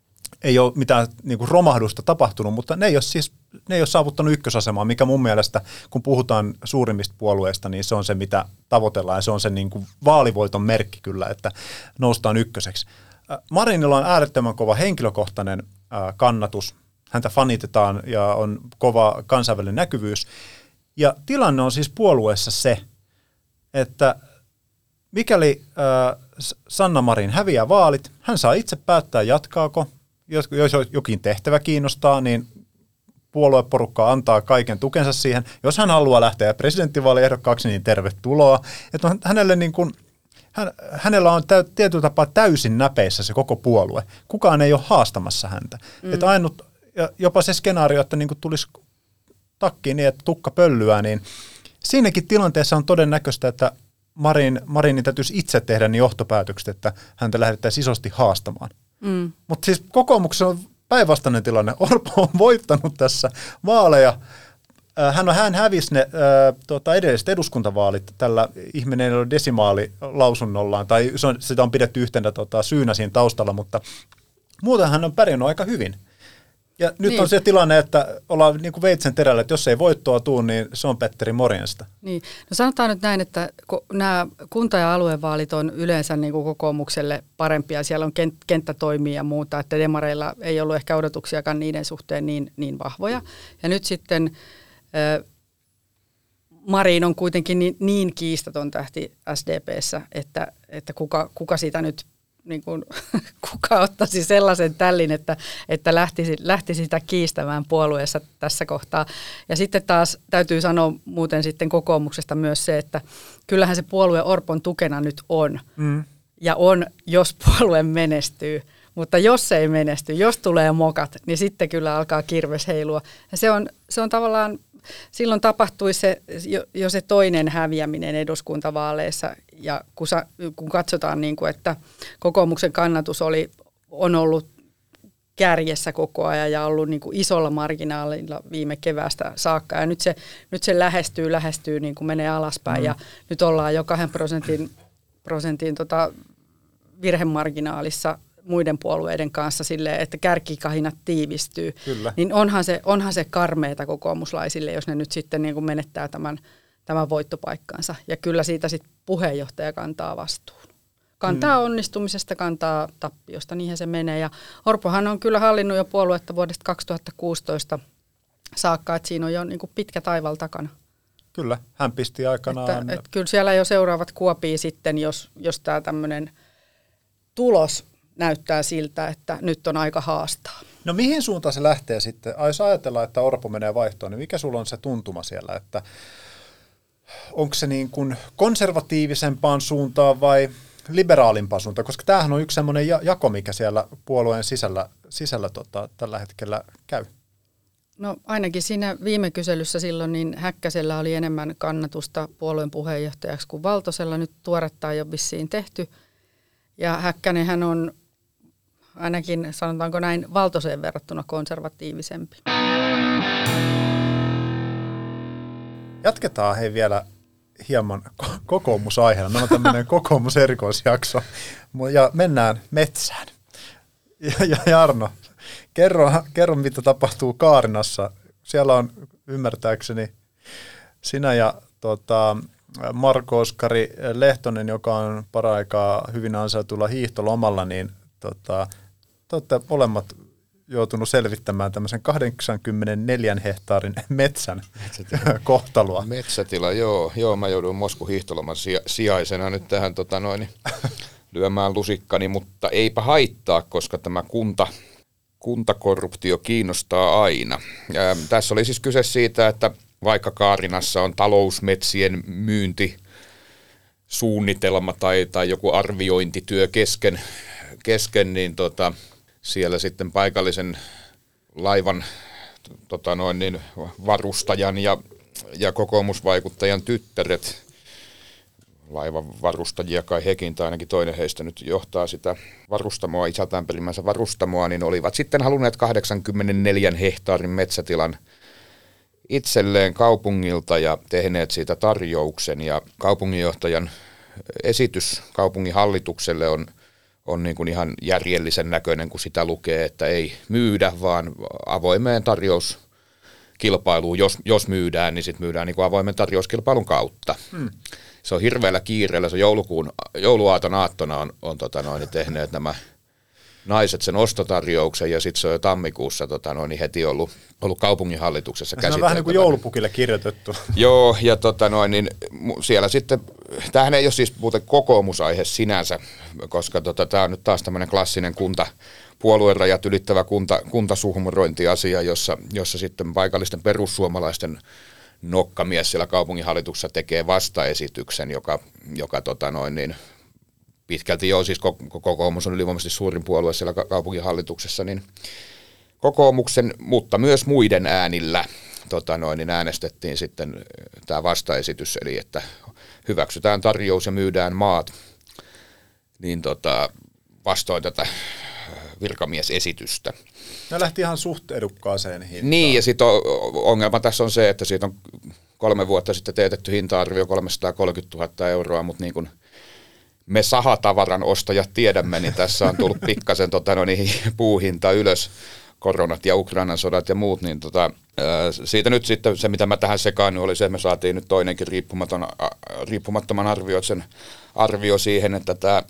ei ole mitään niin kuin romahdusta tapahtunut, mutta ne ei ole siis ne ei ole saavuttanut ykkösasemaa, mikä mun mielestä, kun puhutaan suurimmista puolueista, niin se on se, mitä tavoitellaan, ja se on se niin kuin vaalivoiton merkki kyllä, että noustaan ykköseksi. Marinilla on äärettömän kova henkilökohtainen kannatus, häntä fanitetaan ja on kova kansainvälinen näkyvyys, ja tilanne on siis puolueessa se, että mikäli Sanna Marin häviää vaalit, hän saa itse päättää, jatkaako, jos jokin tehtävä kiinnostaa, niin puolueporukka antaa kaiken tukensa siihen. Jos hän haluaa lähteä presidenttivaaliehdokkaaksi, niin tervetuloa. Että on hänelle niin kuin, hän, hänellä on tä, tietyllä tapaa täysin näpeissä se koko puolue. Kukaan ei ole haastamassa häntä. Mm. Että ainut, jopa se skenaario, että niin kuin tulisi takkiin niin, että tukka pöllyää, niin siinäkin tilanteessa on todennäköistä, että Marin, Marinin täytyisi itse tehdä niin johtopäätökset, että häntä lähdettäisiin isosti haastamaan. Mm. Mutta siis kokoomuksessa on päinvastainen tilanne. Orpo on voittanut tässä vaaleja. Hän, hän hävisi ne äh, tuota, edelliset eduskuntavaalit tällä ihmeneellä desimaalilausunnollaan, tai se on, sitä on pidetty yhtenä tota, syynä siinä taustalla, mutta muuten hän on pärjännyt aika hyvin. Ja nyt niin. on se tilanne, että ollaan niin kuin veitsen terällä, että jos ei voittoa tule, niin se on Petteri Morjensta. Niin. No sanotaan nyt näin, että nämä kunta- ja aluevaalit on yleensä niin kuin kokoomukselle parempia. Siellä on kenttä toimii ja muuta, että demareilla ei ollut ehkä odotuksiakaan niiden suhteen niin, niin vahvoja. Ja nyt sitten äh, Marin on kuitenkin niin, niin kiistaton tähti S D P:ssä, että, että kuka, kuka siitä nyt niin kuin, kuka ottaisi sellaisen tällin, että, että lähtisi, lähtisi sitä kiistämään puolueessa tässä kohtaa. Ja sitten taas täytyy sanoa muuten sitten kokoomuksesta myös se, että kyllähän se puolue Orpon tukena nyt on. Mm. Ja on, jos puolue menestyy. Mutta jos se ei menesty, jos tulee mokat, niin sitten kyllä alkaa kirves heilua. Ja se on, se on tavallaan, silloin tapahtui se, jo, jo se toinen häviäminen eduskuntavaaleissa. Ja kun, sa, kun katsotaan, niin kuin, että kokoomuksen kannatus oli, on ollut kärjessä koko ajan ja ollut niin kuin isolla marginaalilla viime keväästä saakka. Ja nyt se, nyt se lähestyy, lähestyy niin kuin menee alaspäin mm. ja nyt ollaan jo kahden prosentin, prosentin tota virhemarginaalissa muiden puolueiden kanssa silleen, että kärkikahinat tiivistyy. Kyllä. Niin onhan se, onhan se karmeeta kokoomuslaisille, jos ne nyt sitten niin kuin menettää tämän, tämän voittopaikkansa. Ja kyllä siitä sitten puheenjohtaja kantaa vastuun. Kantaa mm. onnistumisesta, kantaa tappiosta, niinhän se menee. Ja Orpohan on kyllä hallinnut jo puoluetta vuodesta kaksituhattakuusitoista saakka, että siinä on jo niin kuin pitkä taival takana. Kyllä, hän pisti aikanaan. Että, että kyllä siellä jo seuraavat kuopii sitten, jos, jos tämä tämmöinen tulos näyttää siltä, että nyt on aika haastaa. No mihin suuntaan se lähtee sitten? Jos ajatellaan, että Orpo menee vaihtoon, niin mikä sulla on se tuntuma siellä, että onko se niin kuin konservatiivisempaan suuntaan vai liberaalimpaan suuntaan? Koska tämähän on yksi semmoinen jako, mikä siellä puolueen sisällä, sisällä tota, tällä hetkellä käy. No ainakin siinä viime kyselyssä silloin niin Häkkäsellä oli enemmän kannatusta puolueen puheenjohtajaksi kuin Valtosella. Nyt tuoretta ei ole vissiin tehty. Ja Häkkänenhän on ainakin, sanotaanko näin, Valtoseen verrattuna konservatiivisempi. Jatketaan hei vielä hieman kokoomusaiheena. Meillä on tämmöinen kokoomuserikoisjakso. Ja mennään metsään. Ja, ja Jarno, kerro, kerro, mitä tapahtuu Kaarinassa. Siellä on ymmärtääkseni sinä ja tota, Marko-Oskari Lehtonen, joka on paraikaa hyvin ansaitulla hiihtolomalla, niin tota, te olette molemmat joutunut selvittämään tämmöisen kahdeksankymmentäneljä hehtaarin metsän Metsätila. kohtaloa. Metsätila, joo. Joo, mä joudun Moskun hiihtoloman sija- sijaisena nyt tähän tota noin, lyömään lusikkani, mutta eipä haittaa, koska tämä kunta, kuntakorruptio kiinnostaa aina. Ja tässä oli siis kyse siitä, että vaikka Kaarinassa on talousmetsien myyntisuunnitelma tai, tai joku arviointityö kesken, kesken niin tota, siellä sitten paikallisen laivan tota noin niin, varustajan ja, ja kokoomusvaikuttajan tyttäret, laivan varustajia kai hekin, tai ainakin toinen heistä nyt johtaa sitä varustamoa, isältään perimänsä varustamoa, niin olivat sitten halunneet kahdeksankymmentäneljä hehtaarin metsätilan itselleen kaupungilta ja tehneet siitä tarjouksen, ja kaupunginjohtajan esitys kaupungin hallitukselle on, on niin kuin ihan järjellisen näköinen, kun sitä lukee, että ei myydä, vaan avoimeen tarjouskilpailuun, jos, jos myydään, niin sitten myydään niin kuin avoimen tarjouskilpailun kautta. Hmm. Se on hirveällä kiireellä, se joulukuun, jouluaaton aattona on, on tota noin, tehneet nämä naiset sen ostotarjouksen, ja sitten se on jo tammikuussa tota noin, heti ollut, ollut kaupunginhallituksessa käsiteltävänä. Se on vähän niin kuin joulupukille kirjoitettu. Joo, ja tota noin, niin siellä sitten, tämähän ei ole siis muuten kokoomusaihe sinänsä, koska tota, tämä on nyt taas tämmöinen klassinen kunta, puoluerajat ylittävä kunta, kuntasuhmurointiasia, jossa, jossa sitten paikallisten perussuomalaisten nokkamies siellä kaupunginhallituksessa tekee vastaesityksen, joka, joka tota noin, niin pitkälti jo, siis kokoomus on ylivoimaisesti suurin puolue siellä kaupunginhallituksessa, niin kokoomuksen, mutta myös muiden äänillä tota noin, niin äänestettiin sitten tämä vastaesitys, eli että hyväksytään tarjous ja myydään maat, niin tota, vastoin tätä virkamiesesitystä. Ne lähti ihan suht edukkaaseen hintaan. Niin, ja sitten ongelma tässä on se, että siitä on kolme vuotta sitten teetetty hinta-arvio kolmesataakolmekymmentätuhatta euroa, mutta niin kuin me sahatavaran ostajat tiedämme, niin tässä on tullut pikkasen tota, no niin, puuhinta ylös, koronat ja Ukrainan sodat ja muut, niin tota, siitä nyt sitten se, mitä mä tähän sekaan, oli se, että me saatiin nyt toinenkin riippumaton, riippumattoman arvioitsen arvio siihen, että tämä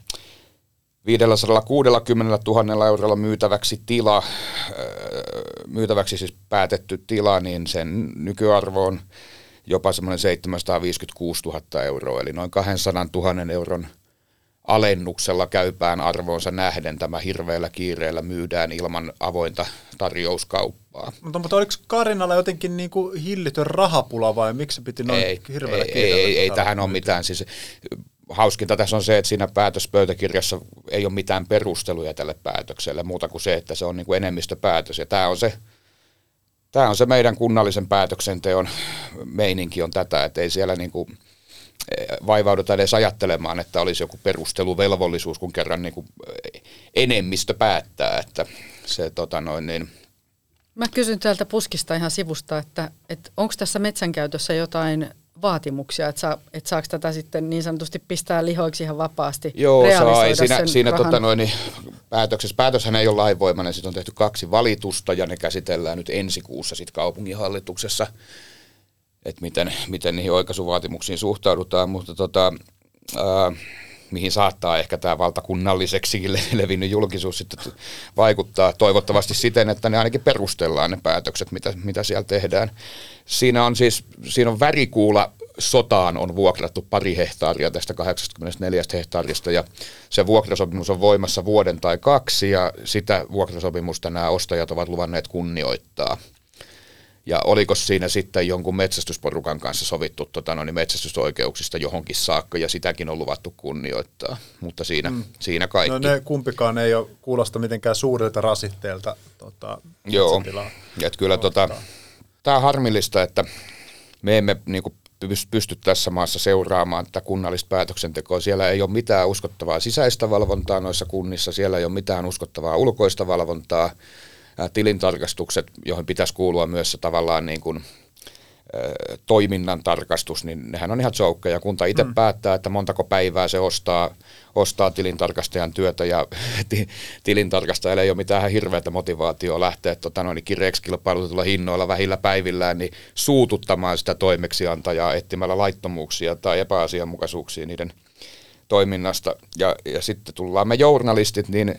viisisataakuusikymmentätuhatta eurolla myytäväksi tila, myytäväksi siis päätetty tila, niin sen nykyarvo on jopa semmoinen seitsemänsataaviisikymmentäkuusituhatta euroa, eli noin kaksisataatuhatta euron alennuksella käypään arvoonsa nähden tämä hirveällä kiireellä myydään ilman avointa tarjouskauppaa. Mutta, mutta oliko Karinalla jotenkin niin kuin hillitön rahapula vai miksi se piti noin ei, hirveällä ei, kiireellä? Ei, ei, ei tähän ole mitään. Siis, hauskinta tässä on se, että siinä päätöspöytäkirjassa ei ole mitään perusteluja tälle päätökselle, muuta kuin se, että se on niin kuin enemmistöpäätös. Ja tämä on se, tämä on se meidän kunnallisen päätöksenteon meininki on tätä, että ei siellä niin kuin vaivauduta edes ajattelemaan, että olisi joku perusteluvelvollisuus, kun kerran niin kuin enemmistö päättää, että se tota noin niin. Mä kysyn täältä puskista ihan sivusta, että, että onko tässä metsänkäytössä jotain vaatimuksia, että, saa, että saako tätä sitten niin sanotusti pistää lihoiksi ihan vapaasti? Joo, saa. Ei siinä, sen siinä rahan... tota noin, päätöksessä. Päätöshän ei ole lainvoimainen, siitä on tehty kaksi valitusta ja ne käsitellään nyt ensi kuussa sit kaupunginhallituksessa, että miten, miten niihin oikaisuvaatimuksiin suhtaudutaan, mutta tota, ää, mihin saattaa ehkä tämä valtakunnalliseksikin levinnyt julkisuus sitten vaikuttaa toivottavasti siten, että ne ainakin perustellaan ne päätökset, mitä, mitä siellä tehdään. Siinä on siis, siinä on värikuula sotaan on vuokrattu pari hehtaaria tästä kahdeksankymmentäneljä hehtaarista ja se vuokrasopimus on voimassa vuoden tai kaksi ja sitä vuokrasopimusta nämä ostajat ovat luvanneet kunnioittaa. Ja oliko siinä sitten jonkun metsästysporukan kanssa sovittu tota, no, niin metsästysoikeuksista johonkin saakka, ja sitäkin on luvattu kunnioittaa, mutta siinä, mm. siinä kaikki. No ne kumpikaan ei ole kuulosta mitenkään suurelta rasitteelta tota, Joo, että kyllä tota, tämä on harmillista, että me emme niinku pysty tässä maassa seuraamaan tätä kunnallista päätöksentekoa. Siellä ei ole mitään uskottavaa sisäistä valvontaa noissa kunnissa, siellä ei ole mitään uskottavaa ulkoista valvontaa. Tilintarkastukset, joihin pitäisi kuulua myös se tavallaan niin kuin, ä, toiminnan tarkastus, niin nehän on ihan joukkoja. Kunta itse mm. päättää, että montako päivää se ostaa, ostaa tilintarkastajan työtä ja ti, tilintarkastajalla ei ole mitään hirveätä motivaatiota lähteä tota, noin, kireeksi kilpailutetulla hinnoilla vähillä päivillään niin suututtamaan sitä toimeksiantajaa etsimällä laittomuuksia tai epäasianmukaisuuksia niiden toiminnasta. Ja, ja sitten tullaan me journalistit, niin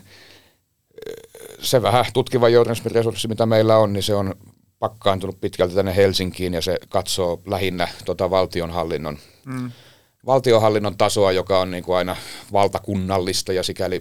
se vähän tutkiva journalismin resurssi, mitä meillä on, niin se on pakkaantunut pitkälti tänne Helsinkiin ja se katsoo lähinnä tota valtionhallinnon, mm. valtionhallinnon tasoa, joka on niin kuin aina valtakunnallista ja sikäli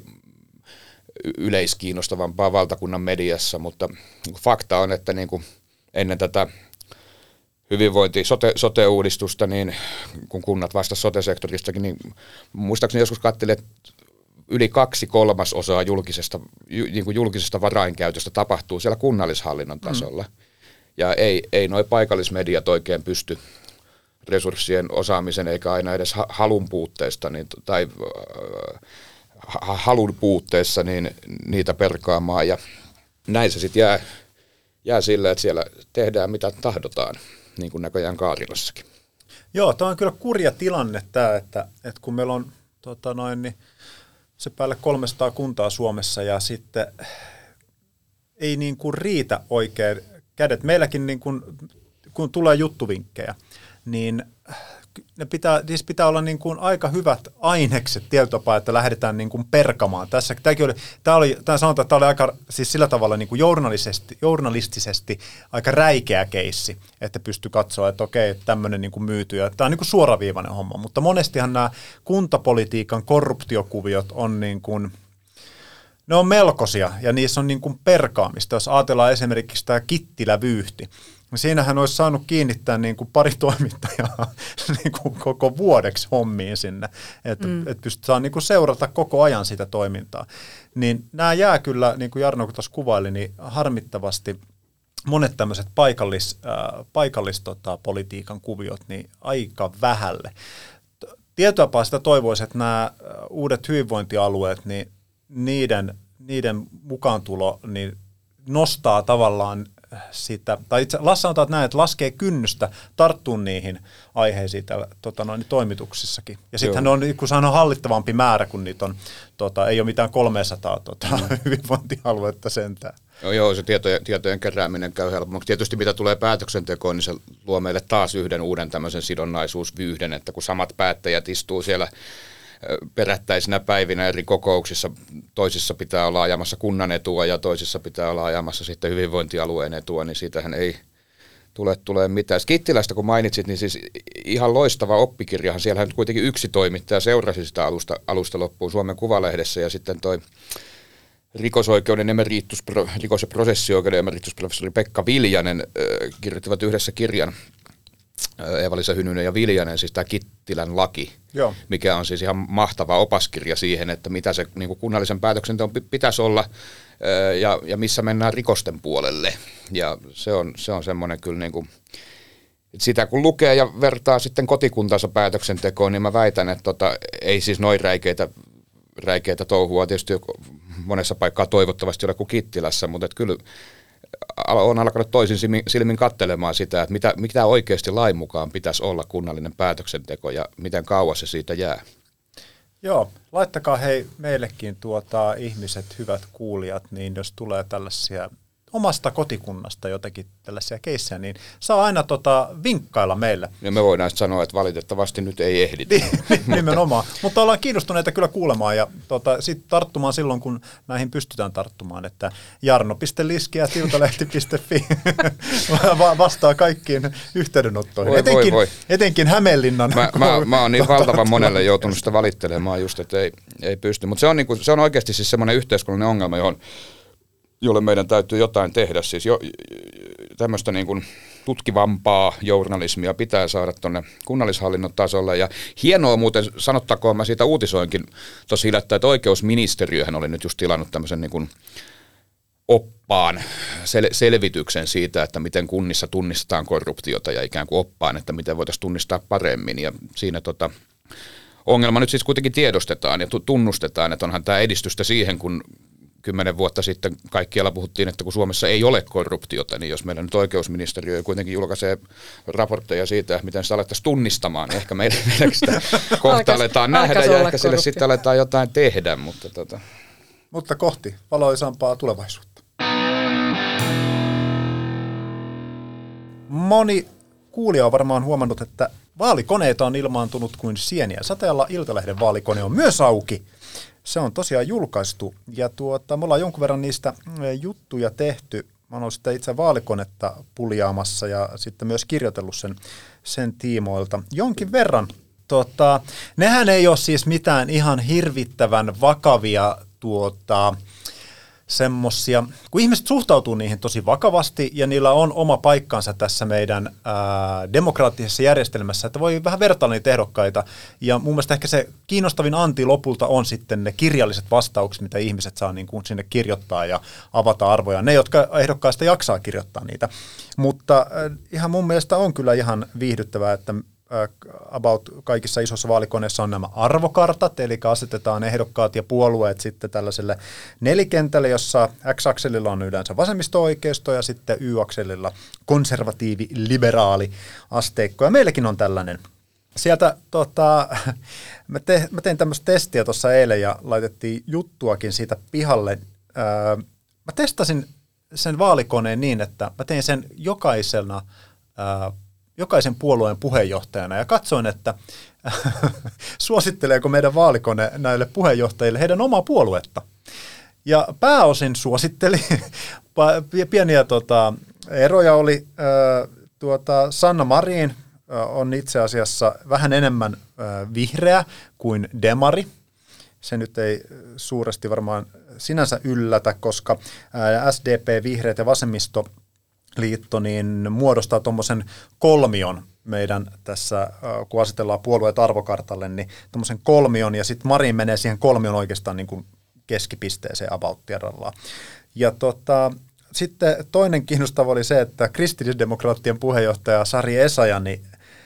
yleiskiinnostavampaa valtakunnan mediassa, mutta fakta on, että niin kuin ennen tätä hyvinvointi, sote, sote-uudistusta, niin kun kunnat vastasivat sote-sektoristakin, niin muistaakseni joskus katselin, että yli kaksi kolmasosaa julkisesta, niin kuin julkisesta varainkäytöstä tapahtuu siellä kunnallishallinnon tasolla. Mm. Ja ei, ei noi paikallismediat oikein pysty resurssien osaamisen eikä aina edes halun puutteesta niin, tai äh, halun puutteessa niin, niitä perkaamaan. Ja näin se sitten jää, jää sille, että siellä tehdään mitä tahdotaan, niin kuin näköjään Kaarilassakin. Joo, tämä on kyllä kurja tilanne tämä, että, että kun meillä on tota noin, niin se päälle kolmesataa kuntaa Suomessa ja sitten ei niin kuin riitä oikein kädet. Meilläkin niin kuin, kun tulee juttuvinkkejä, niin ne pitää, siis pitää olla niin kuin aika hyvät ainekset tietopaa, että lähdetään niin kuin perkamaan. Tässä, tämäkin oli, tämä oli, tämä sanotaan, että tämä oli aika siis sillä tavalla niin kuin journalistisesti, journalistisesti aika räikeä keissi, että pystyy katsoa, että okei, tämmöinen niin kuin myyty. Ja tämä on niin kuin suoraviivainen homma, mutta monestihan nämä kuntapolitiikan korruptiokuviot on niin kuin, ne on melkoisia ja niissä on niin kuin perkaamista. Jos ajatellaan esimerkiksi tämä Kittilä-vyyhti, siinähän olisi saanut kiinnittää niin kuin pari toimittajaa niin kuin koko vuodeksi hommiin sinne, että mm. et pystytään niin kuin seurata koko ajan sitä toimintaa. Niin nämä jää kyllä, niin kuin Jarno tuossa kuvaili, niin harmittavasti monet tämmöiset paikallis, äh, paikallis tota, politiikan kuviot niin aika vähälle. Tietoapaa sitä toivoisi, että nämä uudet hyvinvointialueet, niin niiden, niiden mukaantulo niin nostaa tavallaan sitä, tai itse sanotaan näin, että laskee kynnystä tarttua niihin aiheisiin täällä, tota, noin, toimituksissakin. Ja sittenhän on, kun se on hallittavampi määrä, kun niitä on, tota, ei ole mitään kolmesataa tota, mm. hyvinvointialuetta sentään. Joo, joo, se tietojen, tietojen kerääminen käy helpommaksi. Tietysti mitä tulee päätöksentekoon, niin se luo meille taas yhden uuden tämmöisen sidonnaisuusvyyhden, että kun samat päättäjät istuu siellä perättäisinä päivinä eri kokouksissa, toisissa pitää olla ajamassa kunnan etua ja toisissa pitää olla ajamassa sitten hyvinvointialueen etua, niin siitähän ei tule, tule mitään. Kittilästä kun mainitsit, niin siis ihan loistava oppikirjahan, siellähän nyt kuitenkin yksi toimittaja seurasi sitä alusta, alusta loppuun Suomen Kuvalehdessä ja sitten toi rikosoikeuden emeritus, rikos- ja prosessioikeuden emeritusprofessori Pekka Viljanen äh, kirjoittivat yhdessä kirjan, Eeva-Liisa Hynynen ja Viljanen, siis tämä Kittilän laki, Joo. mikä on siis ihan mahtava opaskirja siihen, että mitä se niin kuin kunnallisen päätöksenteon pitäisi olla ja, ja missä mennään rikosten puolelle. Ja se on, se on semmoinen kyllä, niin kuin, että sitä kun lukee ja vertaa sitten kotikuntansa päätöksentekoon, niin mä väitän, että tota, ei siis noin räikeitä, räikeitä touhua tietysti monessa paikkaa toivottavasti ole kuin Kittilässä, mutta että kyllä on alkanut toisin silmin katselemaan sitä, että mitä, mitä oikeasti lain mukaan pitäisi olla kunnallinen päätöksenteko ja miten kauas se siitä jää. Joo, laittakaa hei meillekin tuota, ihmiset, hyvät kuulijat, niin jos tulee tällaisia omasta kotikunnasta jotakin tällaisia keissejä, niin saa aina tota, vinkkailla meille. Ja me voidaan sanoa, että valitettavasti nyt ei ehditä. Nimenomaan, mutta ollaan kiinnostuneita kyllä kuulemaan ja tota, sitten tarttumaan silloin, kun näihin pystytään tarttumaan, että jarno piste liski ät iltalehti piste fi vastaa kaikkiin yhteydenottoihin. Voi, etenkin, voi, voi. etenkin Hämeenlinnan. Mä, mä, mä oon niin valtavan monelle joutunut sitä valittelemaan just, että ei, ei pysty. Mutta se on, niinku, se on oikeasti siis semmoinen yhteiskunnallinen ongelma, johon jolle meidän täytyy jotain tehdä. Siis jo, tämmöistä niin kuin tutkivampaa journalismia pitää saada tuonne kunnallishallinnon tasolle. Ja hienoa muuten, sanottakoon, mä siitä uutisoinkin tosi hiljattain, että oikeusministeriöhän oli nyt just tilannut tämmöisen niin kuin oppaan, sel- selvityksen siitä, että miten kunnissa tunnistetaan korruptiota ja ikään kuin oppaan, että miten voitaisiin tunnistaa paremmin. Ja siinä tota, ongelma nyt siis kuitenkin tiedostetaan ja tunnustetaan, että onhan tämä edistystä siihen, kun kymmenen vuotta sitten kaikkialla puhuttiin, että kun Suomessa ei ole korruptiota, niin jos meillä nyt oikeusministeriö kuitenkin julkaisee raportteja siitä, miten sitä alettaisiin tunnistamaan, niin ehkä meidän sitä kohta aletaan nähdä ja ehkä sille sitten aletaan jotain tehdä. Mutta, tota. mutta kohti valoisampaa tulevaisuutta. Moni kuulija on varmaan huomannut, että vaalikoneita on ilmaantunut kuin sieniä sateella. Iltalehden vaalikone on myös auki. Se on tosiaan julkaistu ja tuota, me ollaan jonkun verran niistä juttuja tehty. Mä oon sitten itse vaalikonetta puljaamassa ja sitten myös kirjoitellut sen, sen tiimoilta jonkin verran. Tuota, nehän ei ole siis mitään ihan hirvittävän vakavia tuota, semmosia, kun ihmiset suhtautuu niihin tosi vakavasti ja niillä on oma paikkansa tässä meidän ää, demokraattisessa järjestelmässä, että voi vähän vertailla niitä ehdokkaita ja mun mielestä ehkä se kiinnostavin anti lopulta on sitten ne kirjalliset vastaukset, mitä ihmiset saa niin kuin sinne kirjoittaa ja avata arvoja, ne jotka ehdokkaista jaksaa kirjoittaa niitä, mutta ää, ihan mun mielestä on kyllä ihan viihdyttävää, että about kaikissa isossa vaalikoneissa on nämä arvokartat, eli asetetaan ehdokkaat ja puolueet sitten tällaiselle nelikentälle, jossa X-akselilla on yleensä vasemmisto-oikeisto ja sitten Y-akselilla konservatiivi-liberaali asteikko. Ja meilläkin on tällainen. sieltä tota, mä, te, mä tein tämmöistä testiä tuossa eilen ja laitettiin juttuakin siitä pihalle. Öö, mä testasin sen vaalikoneen niin, että mä tein sen jokaisena, öö, jokaisen puolueen puheenjohtajana ja katsoin, että suositteleeko meidän vaalikone näille puheenjohtajille heidän omaa puoluetta. Ja pääosin suositteli, pieniä tota, eroja oli, öö, tuota, Sanna Marin on itse asiassa vähän enemmän vihreä kuin demari. Se nyt ei suuresti varmaan sinänsä yllätä, koska S D P, Vihreät ja Vasemmistoliitto niin muodostaa tuommoisen kolmion meidän tässä, kun asetellaan puolueet arvokartalle, niin tuommoisen kolmion, ja sitten Marin menee siihen kolmion oikeastaan niin kuin keskipisteeseen about tiedollaan. Ja tota, sitten toinen kiinnostava oli se, että kristillisdemokraattien puheenjohtaja Sari Essayah, niin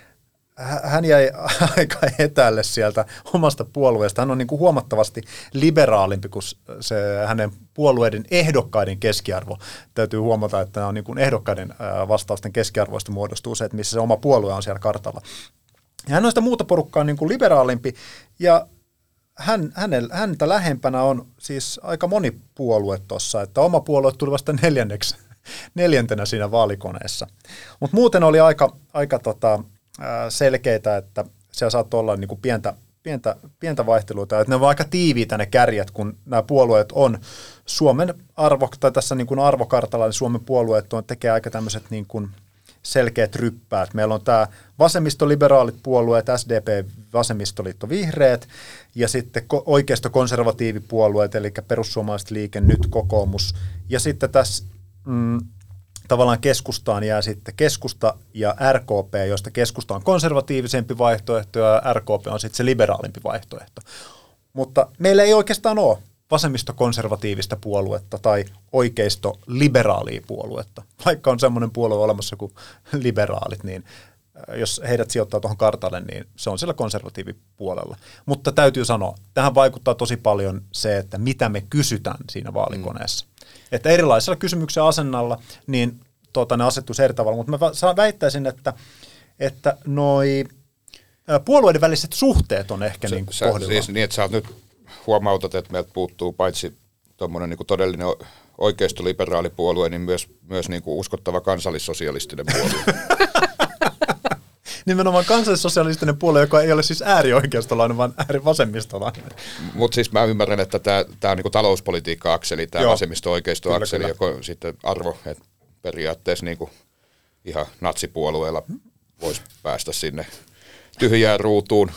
hän jäi aika etäälle sieltä omasta puolueesta. Hän on niin kuin huomattavasti liberaalimpi kuin se hänen puolueiden ehdokkaiden keskiarvo. Täytyy huomata, että on niin kuin ehdokkaiden vastausten keskiarvoista muodostuu se, että missä se oma puolue on siellä kartalla. Ja hän on sitä muuta porukkaa niin kuin liberaalimpi, ja hän, hänellä, häntä lähempänä on siis aika moni puolue tuossa, että oma puolue tuli vasta neljänneksi, neljäntenä siinä vaalikoneessa. Mutta muuten oli aika, aika tota, selkeitä, että siellä saattoi olla niin kuin pientä, pientä, pientä vaihteluita, että ne ovat aika tiiviitä ne kärjet, kun nämä puolueet on Suomen arvo, tai tässä niin kuin arvokartalla, niin Suomen puolueet on, tekee aika tämmöiset niin kuin selkeät ryppäät. Meillä on tämä vasemmistoliberaalit puolueet, S D P, vasemmistoliitto, vihreät, ja sitten oikeisto-konservatiivipuolueet, eli perussuomalaiset, Liike Nyt, kokoomus, ja sitten tässä mm, tavallaan keskustaan jää sitten keskusta ja R K P, joista keskusta on konservatiivisempi vaihtoehto ja R K P on sitten se liberaalimpi vaihtoehto. Mutta meillä ei oikeastaan ole vasemmistokonservatiivista puoluetta tai oikeisto-liberaalia puoluetta. Vaikka on semmoinen puolue olemassa kuin liberaalit, niin jos heidät sijoittaa tuohon kartalle, niin se on siellä konservatiivipuolella. Mutta täytyy sanoa, tähän vaikuttaa tosi paljon se, että mitä me kysytään siinä vaalikoneessa. Mm. Että erilaisilla kysymyksen asennalla, niin tuota, ne asettuisi eri tavalla, mutta mä väittäisin, että, että noi puolueiden väliset suhteet on ehkä se, niin kuin sä, kohdillaan. Siis niin, että sä nyt huomautat, että meiltä puuttuu paitsi tuommoinen niin kuin todellinen oikeistoliberaalipuolue, niin myös, myös niin kuin uskottava kansallissosialistinen puolue. Nimenomaan kansallissosialistinen puolue, joka ei ole siis äärioikeistolainen, vaan äärivasemmistolainen. Mutta siis mä ymmärrän, että tämä on niinku talouspolitiikka-akseli, tämä vasemmisto-oikeisto-akseli, joka on sitten arvo, että periaatteessa niinku ihan natsipuolueella voisi päästä sinne tyhjään ruutuun.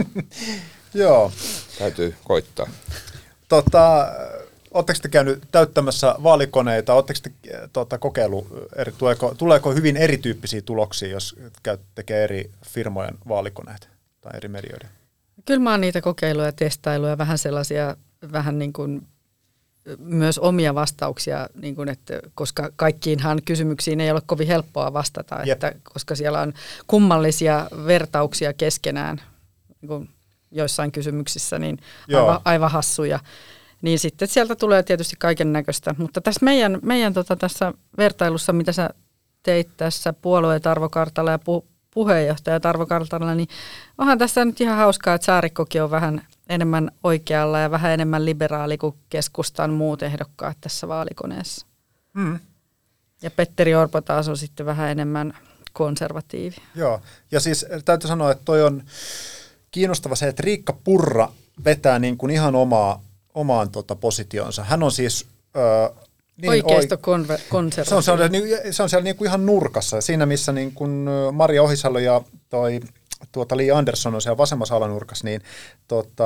Joo. Täytyy koittaa. Tota, oletteko te käynyt täyttämässä vaalikoneita? Oletteko te tota, kokeilu, eri, tuleeko, tuleeko hyvin erityyppisiä tuloksia, jos käyt, tekee eri firmojen vaalikoneet tai eri medioiden? Kyllä mä oon niitä kokeiluja, testailuja, vähän sellaisia, vähän niin kuin myös omia vastauksia, niin kuin, että koska kaikkiinhan kysymyksiin ei ole kovin helppoa vastata, että koska siellä on kummallisia vertauksia keskenään niin kuin joissain kysymyksissä, niin aivan, aivan hassuja. Niin sitten sieltä tulee tietysti kaiken näköistä. Mutta tässä meidän, meidän tota, tässä vertailussa, mitä sä teit tässä puolueet arvokartalla ja pu, puheenjohtajat arvokartalla, niin onhan tässä nyt ihan hauskaa, että Saarikkokin on vähän enemmän oikealla ja vähän enemmän liberaali kuin keskustan muut ehdokkaat tässä vaalikoneessa. Mm. Ja Petteri Orpo taas on sitten vähän enemmän konservatiivi. Joo, ja siis täytyy sanoa, että toi on kiinnostava se, että Riikka Purra vetää niin kuin ihan omaa omaan tota, positionsa. Hän on siis Ö, niin oikeisto-konservatiivi. Se on, se on, se on siellä niin kuin ihan nurkassa. Siinä, missä niin kuin Maria Ohisalo ja toi, tuota Li Andersson on siellä vasemmassa alanurkassa, niin tota,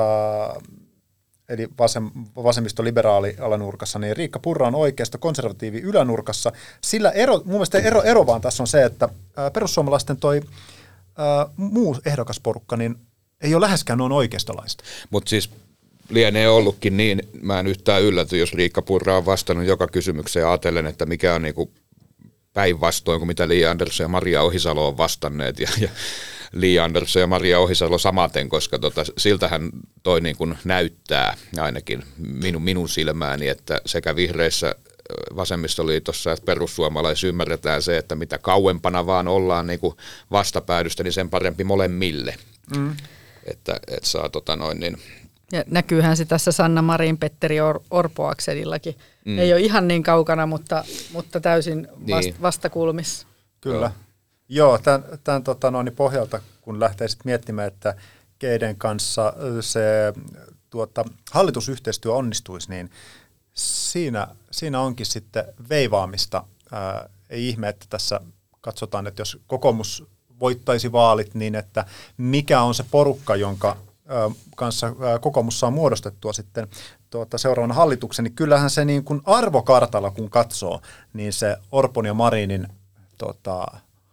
eli vasem, vasemmisto-liberaali alanurkassa, niin Riikka Purra on oikeisto-konservatiivi ylänurkassa. Sillä ero, mun mielestä ero, ero vaan tässä on se, että ää, perussuomalaisten toi ää, muu ehdokasporukka, niin ei ole läheskään noin oikeistolaista. Mutta siis lienee ollutkin niin, mä en yhtään ylläty, jos Riikka Purra on vastannut joka kysymykseen ajatellen, että mikä on niinku päinvastoin kuin mitä Li Andersson ja Maria Ohisalo on vastanneet, ja, ja Li Andersson ja Maria Ohisalo samaten, koska tota, siltähän toi niin kuin näyttää ainakin minun, minun silmääni, että sekä vihreissä vasemmistoliitossa että perussuomalaisissa ymmärretään se, että mitä kauempana vaan ollaan niin kuin vastapäädystä, niin sen parempi molemmille. Mm. Että et saa tota noin niin... Ja näkyyhän se tässä Sanna Marin, Petteri Or- Orpo-akselillakin. Mm. Ei ole ihan niin kaukana, mutta, mutta täysin vast, niin. vastakulmissa. Kyllä. Joo, Joo tämän, tämän tota noin, pohjalta, kun lähtee sitten miettimään, että keiden kanssa se tuota, hallitusyhteistyö onnistuisi, niin siinä, siinä onkin sitten veivaamista. Ää, ei ihme, että tässä katsotaan, että jos kokoomus voittaisi vaalit, niin että mikä on se porukka, jonka ää, kanssa ää, kokoomus saa muodostettua sitten tuota, seuraavan hallituksen, niin kyllähän se niin kuin arvokartalla, kun katsoo, niin se Orpon ja Marinin tota,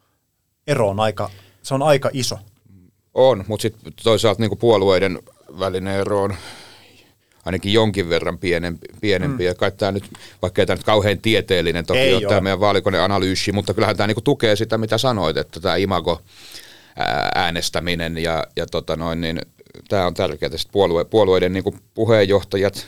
ero on aika, se on aika iso. On, mutta sitten toisaalta niin kuin puolueiden välinen ero on ainakin jonkin verran pienempi, pienempi. Mm. ja kai tämä nyt, vaikka ei tämä nyt kauhean tieteellinen toki ei ole tämä meidän vaalikoneanalyysi, mutta kyllähän tämä niinku tukee sitä, mitä sanoit, että tämä imago-äänestäminen ja, ja tota noin, niin tämä on tärkeää. Sitten puolue, puolueiden niinku puheenjohtajat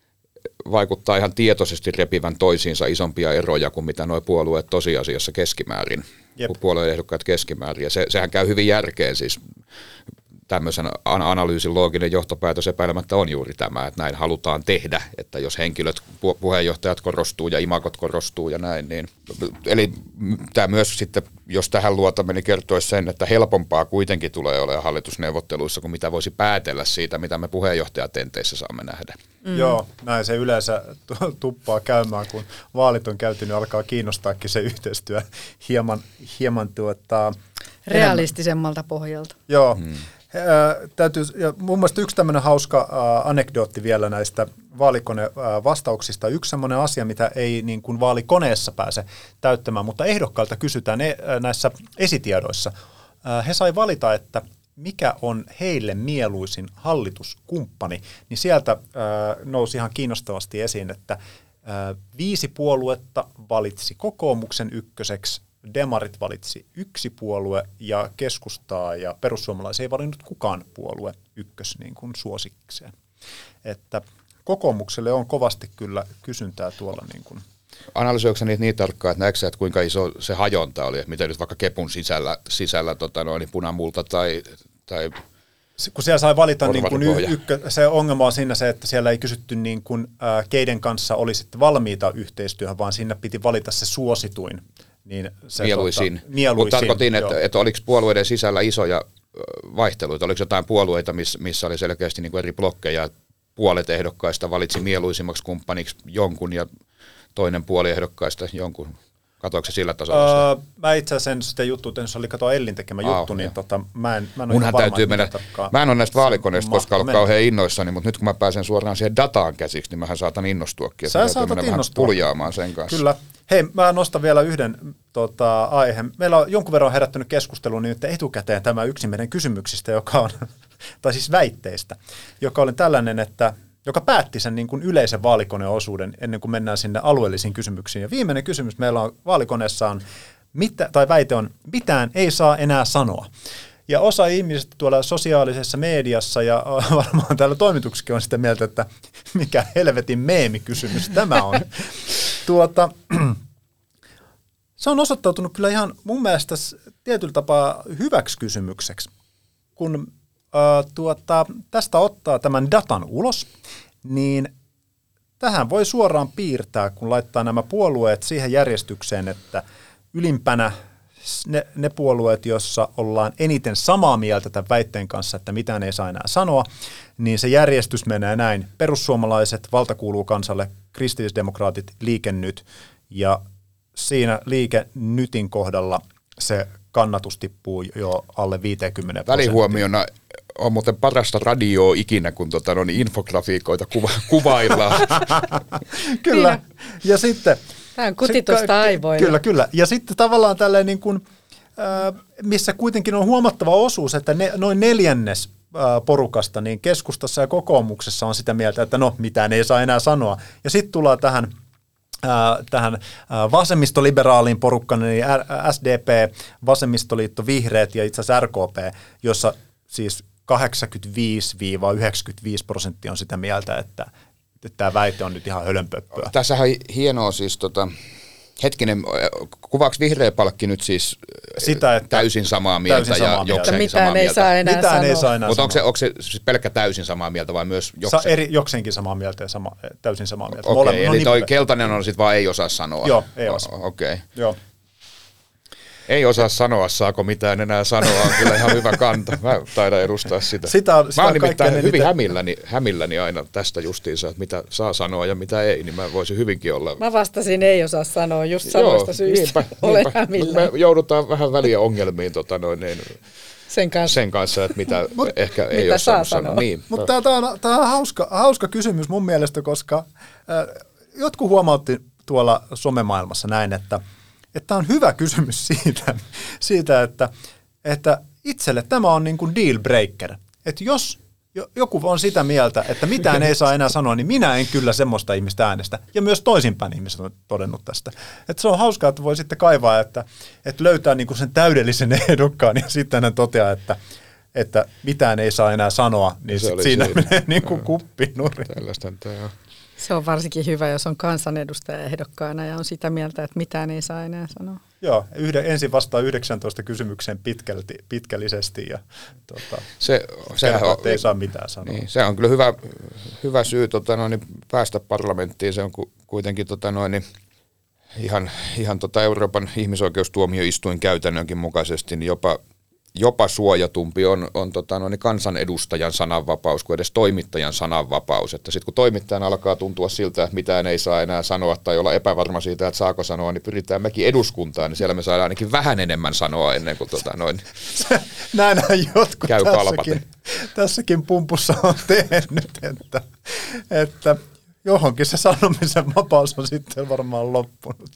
vaikuttaa ihan tietoisesti repivän toisiinsa isompia eroja kuin mitä nuo puolueet tosiasiassa keskimäärin, Jep. kuin puolueiden ehdokkaat keskimäärin. Ja se, sehän käy hyvin järkeen siis. Tämmöisen analyysin looginen johtopäätös epäilemättä on juuri tämä, että näin halutaan tehdä, että jos henkilöt, puheenjohtajat korostuu ja imakot korostuu ja näin, niin eli tämä myös sitten, jos tähän luotamme, niin kertoisi sen, että helpompaa kuitenkin tulee olemaan hallitusneuvotteluissa kuin mitä voisi päätellä siitä, mitä me puheenjohtajatenteissä saamme nähdä. Mm. Joo, näin se yleensä tuppaa käymään, kun vaalit on käyty, niin alkaa kiinnostaakin se yhteistyö hieman, hieman tuota, realistisemmalta pohjalta. Joo. Hmm. Äh, täytyy, ja mun mielestä yksi tämmöinen hauska äh, anekdootti vielä näistä vaalikonevastauksista. Yksi semmoinen asia, mitä ei niin kuin vaalikoneessa pääse täyttämään, mutta ehdokkailta kysytään e, äh, näissä esitiedoissa. Äh, he sai valita, että mikä on heille mieluisin hallituskumppani, niin sieltä äh, nousi ihan kiinnostavasti esiin, että äh, viisi puoluetta valitsi kokoomuksen ykköseksi, demarit valitsi yksi puolue ja keskustaa ja perussuomalaisia ei valinnut kukaan puolue ykkös niin kuin suosikseen. Että kokoomukselle on kovasti kyllä kysyntää tuolla. Niin kuin. Analysoiko niitä niin tarkkaan, että näetkö että kuinka iso se hajonta oli, että miten nyt vaikka Kepun sisällä, sisällä tota noin, punamulta tai... tai kun siellä sai valita, niin kuin y- ykkö, se ongelma on siinä se, että siellä ei kysytty niin kuin, äh, keiden kanssa oli sitten valmiita yhteistyöhön, vaan siinä piti valita se suosituin. Niin se mieluisin. Tuota, mieluisin. Mutta tarkoitin, että, että oliko puolueiden sisällä isoja vaihteluita, oliko jotain puolueita, missä, missä oli selkeästi niin kuin eri blokkeja, puolet ehdokkaista valitsi mieluisimmaksi kumppaniksi jonkun ja toinen puoli ehdokkaista jonkun. Katoiko se sillä tasolla? Öö, mä itse asiassa sitä juttua, että se oli katoa Ellin tekemä ah, juttu, niin tota, mä en, mä en Munhan täytyy mennä, mä en ole näistä vaalikoneista koskaan ollut kauhean innoissani, mutta nyt kun mä pääsen suoraan siihen dataan käsiksi, niin mähän saatan innostuakin. Sä saatat innostua. Puljaamaan sen kanssa. Kyllä. Hei, mä nostan vielä yhden tota, aiheen. Meillä on jonkun verran herättänyt keskustelua niin etukäteen tämä yksi meidän kysymyksistä, joka on, tai siis väitteistä, joka oli tällainen, että joka päätti sen niin kuin yleisen vaalikoneosuuden ennen kuin mennään sinne alueellisiin kysymyksiin. Ja viimeinen kysymys meillä on vaalikoneessa on, mitä, tai väite on, mitään ei saa enää sanoa. Ja osa ihmisistä tuolla sosiaalisessa mediassa ja varmaan täällä toimituksessakin on sitä mieltä, että mikä helvetin meemikysymys tämä on. tuota, se on osoittautunut kyllä ihan mun mielestä tietyllä tapaa hyväksi kysymykseksi, kun äh, tuota, tästä ottaa tämän datan ulos, niin tähän voi suoraan piirtää, kun laittaa nämä puolueet siihen järjestykseen, että ylimpänä ne, ne puolueet, joissa ollaan eniten samaa mieltä tämän väitteen kanssa, että mitään ei saa enää sanoa, niin se järjestys menee näin. Perussuomalaiset, valta kuuluu kansalle, kristillisdemokraatit, Liike Nyt, ja siinä Liike Nytin kohdalla se kannatus tippuu jo alle viisikymmentä prosenttia. Välihuomiona on muuten parasta radioa ikinä, kun tota, no, niin infografiikoita kuva, kuvaillaan. Kyllä, ja sitten... Tämä on kutitusta aivoilla. Kyllä, kyllä. Ja sitten tavallaan tälleen niin kuin, äh, missä kuitenkin on huomattava osuus, että ne, noin neljännes äh, porukasta, niin keskustassa ja kokoomuksessa on sitä mieltä, että no, mitään ei saa enää sanoa. Ja sitten tullaan tähän, äh, tähän äh, vasemmistoliberaaliin porukkaan, niin S D P, Vasemmistoliitto, Vihreät ja itse asiassa R K P, jossa siis kahdeksankymmentäviisi yhdeksänkymmentäviisi prosenttia on sitä mieltä, että tämä väite on nyt ihan hölönpöppöä. Tässähän on hienoa siis, tota, Hetkinen, kuvaako vihreä palkki nyt siis sitä, että täysin samaa mieltä täysin samaa ja mieltä. jokseenkin mitään samaa ei mieltä? saa enää mitään sanoa. ei saa enää Mutta onko se, sanoa. onko se siis pelkkä täysin samaa mieltä vai myös Sa- joksen? eri, jokseenkin samaa mieltä ja sama, täysin samaa mieltä. Okei, okay, no eli niin, toi keltainen on sitten vaan ei osaa sanoa. Joo, ei osaa. Okei. Okay. Joo. Ei osaa sanoa, saako mitään enää sanoa, on kyllä ihan hyvä kanta. Mä taidan edustaa sitä. Sitä on- sitä mä on oon nimittäin kaikkein hyvin eniten- hämilläni, hämilläni aina tästä justiinsa, että mitä saa sanoa ja mitä ei, niin mä voisin hyvinkin olla. Mä vastasin ei osaa sanoa just samoista syistä. niinpä, Olen niinpä. hämillä Me joudutaan vähän väliä ongelmiin tota noin, niin, sen kanssa. sen kanssa, että mitä ehkä ei mitä ole saa saanut sanoa. sanoa. Niin. Mutta tämä on, tää on hauska, hauska kysymys mun mielestä, koska äh, jotkut huomautti tuolla somemaailmassa näin, että että on hyvä kysymys siitä, siitä että, että itselle tämä on niin kuin deal breaker. Että jos joku on sitä mieltä, että mitään ei saa enää sanoa, niin minä en kyllä semmoista ihmistä äänestä. Ja myös toisinpäin ihmiset on todennut tästä. Että se on hauskaa, että voi sitten kaivaa, että, että löytää niin kuin sen täydellisen ehdokkaan ja sitten hän toteaa, että, että mitään ei saa enää sanoa, niin sit siinä, siinä menee niin kuin kuppinuri. Tällaista tämä on. Se on varsinkin hyvä, jos on kansanedustaja ehdokkaana ja on sitä mieltä, että mitään ei saa enää sanoa. Joo, yhden, ensin vastaa yhdeksäntoista kysymykseen pitkälti, pitkällisesti ja tota, Se, sehän kertoo, on, että ei saa mitään sanoa. niin, se on kyllä hyvä, hyvä syy tota noin, niin päästä parlamenttiin. Se on ku, kuitenkin tota noin, niin ihan, ihan tota Euroopan ihmisoikeustuomioistuin käytännönkin mukaisesti niin jopa, jopa suojatumpi on, on tota noin, niin kansanedustajan sananvapaus kuin edes toimittajan sananvapaus. Että sitten kun toimittajan alkaa tuntua siltä, että mitään ei saa enää sanoa tai olla epävarma siitä, että saako sanoa, niin pyritään mekin eduskuntaan, niin siellä me saadaan ainakin vähän enemmän sanoa ennen kuin tota noin. Näinhän jotkut Käy tässäkin, kalpaten. tässäkin pumpussa on tehnyt, että, että johonkin se sanomisen vapaus on sitten varmaan loppunut.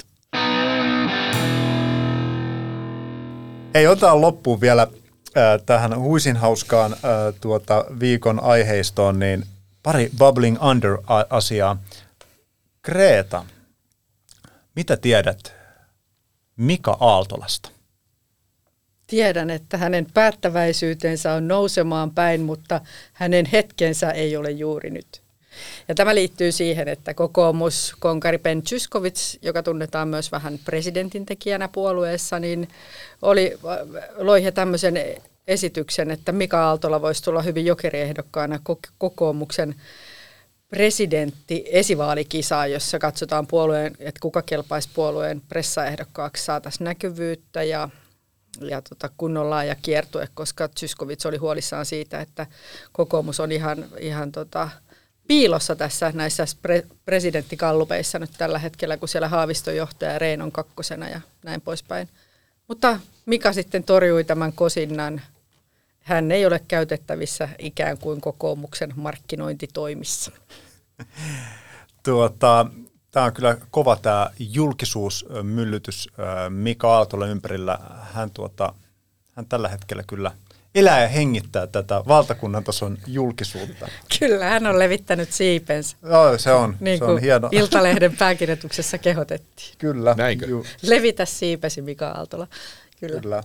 Ei, otetaan loppuun vielä äh, tähän huisin hauskaan äh, tuota, viikon aiheistoon, niin pari bubbling under-asiaa. Greta, mitä tiedät Mika Aaltolasta? Tiedän, että hänen päättäväisyytensä on nousemaan päin, mutta hänen hetkensä ei ole juuri nyt. Ja tämä liittyy siihen, että kokoomus, konkari Ben Zyskowicz, joka tunnetaan myös vähän presidentin tekijänä puolueessa, niin oli, loi he tämmöisen esityksen, että Mika Aaltola voisi tulla hyvin jokeriehdokkaana kokoomuksen presidentti esivaalikisaan, jossa katsotaan puolueen, että kuka kelpaisi puolueen pressaehdokkaaksi, saataisiin näkyvyyttä ja ja tota kunnolla ja kiertue, koska Zyskowicz oli huolissaan siitä, että kokoomus on ihan, ihan tota piilossa tässä näissä pre- presidenttikallupeissa nyt tällä hetkellä, kun siellä Haaviston johtaja Rehn on kakkosena ja näin poispäin. Mutta Mika sitten torjui tämän kosinnan. Hän ei ole käytettävissä ikään kuin kokoomuksen markkinointitoimissa. Tuota, tämä on kyllä kova tämä julkisuusmyllytys Mika Aaltola ympärillä. Hän, tuota, hän tällä hetkellä kyllä elää ja hengittää tätä valtakunnan tason julkisuutta. Kyllä, hän on levittänyt siipensä. Joo, se on, Niin se on hieno. Iltalehden pääkirjoituksessa kehotettiin. Kyllä. Näinkö? Ju, Levitä siipesi, Mika Aaltola. Kyllä. kyllä.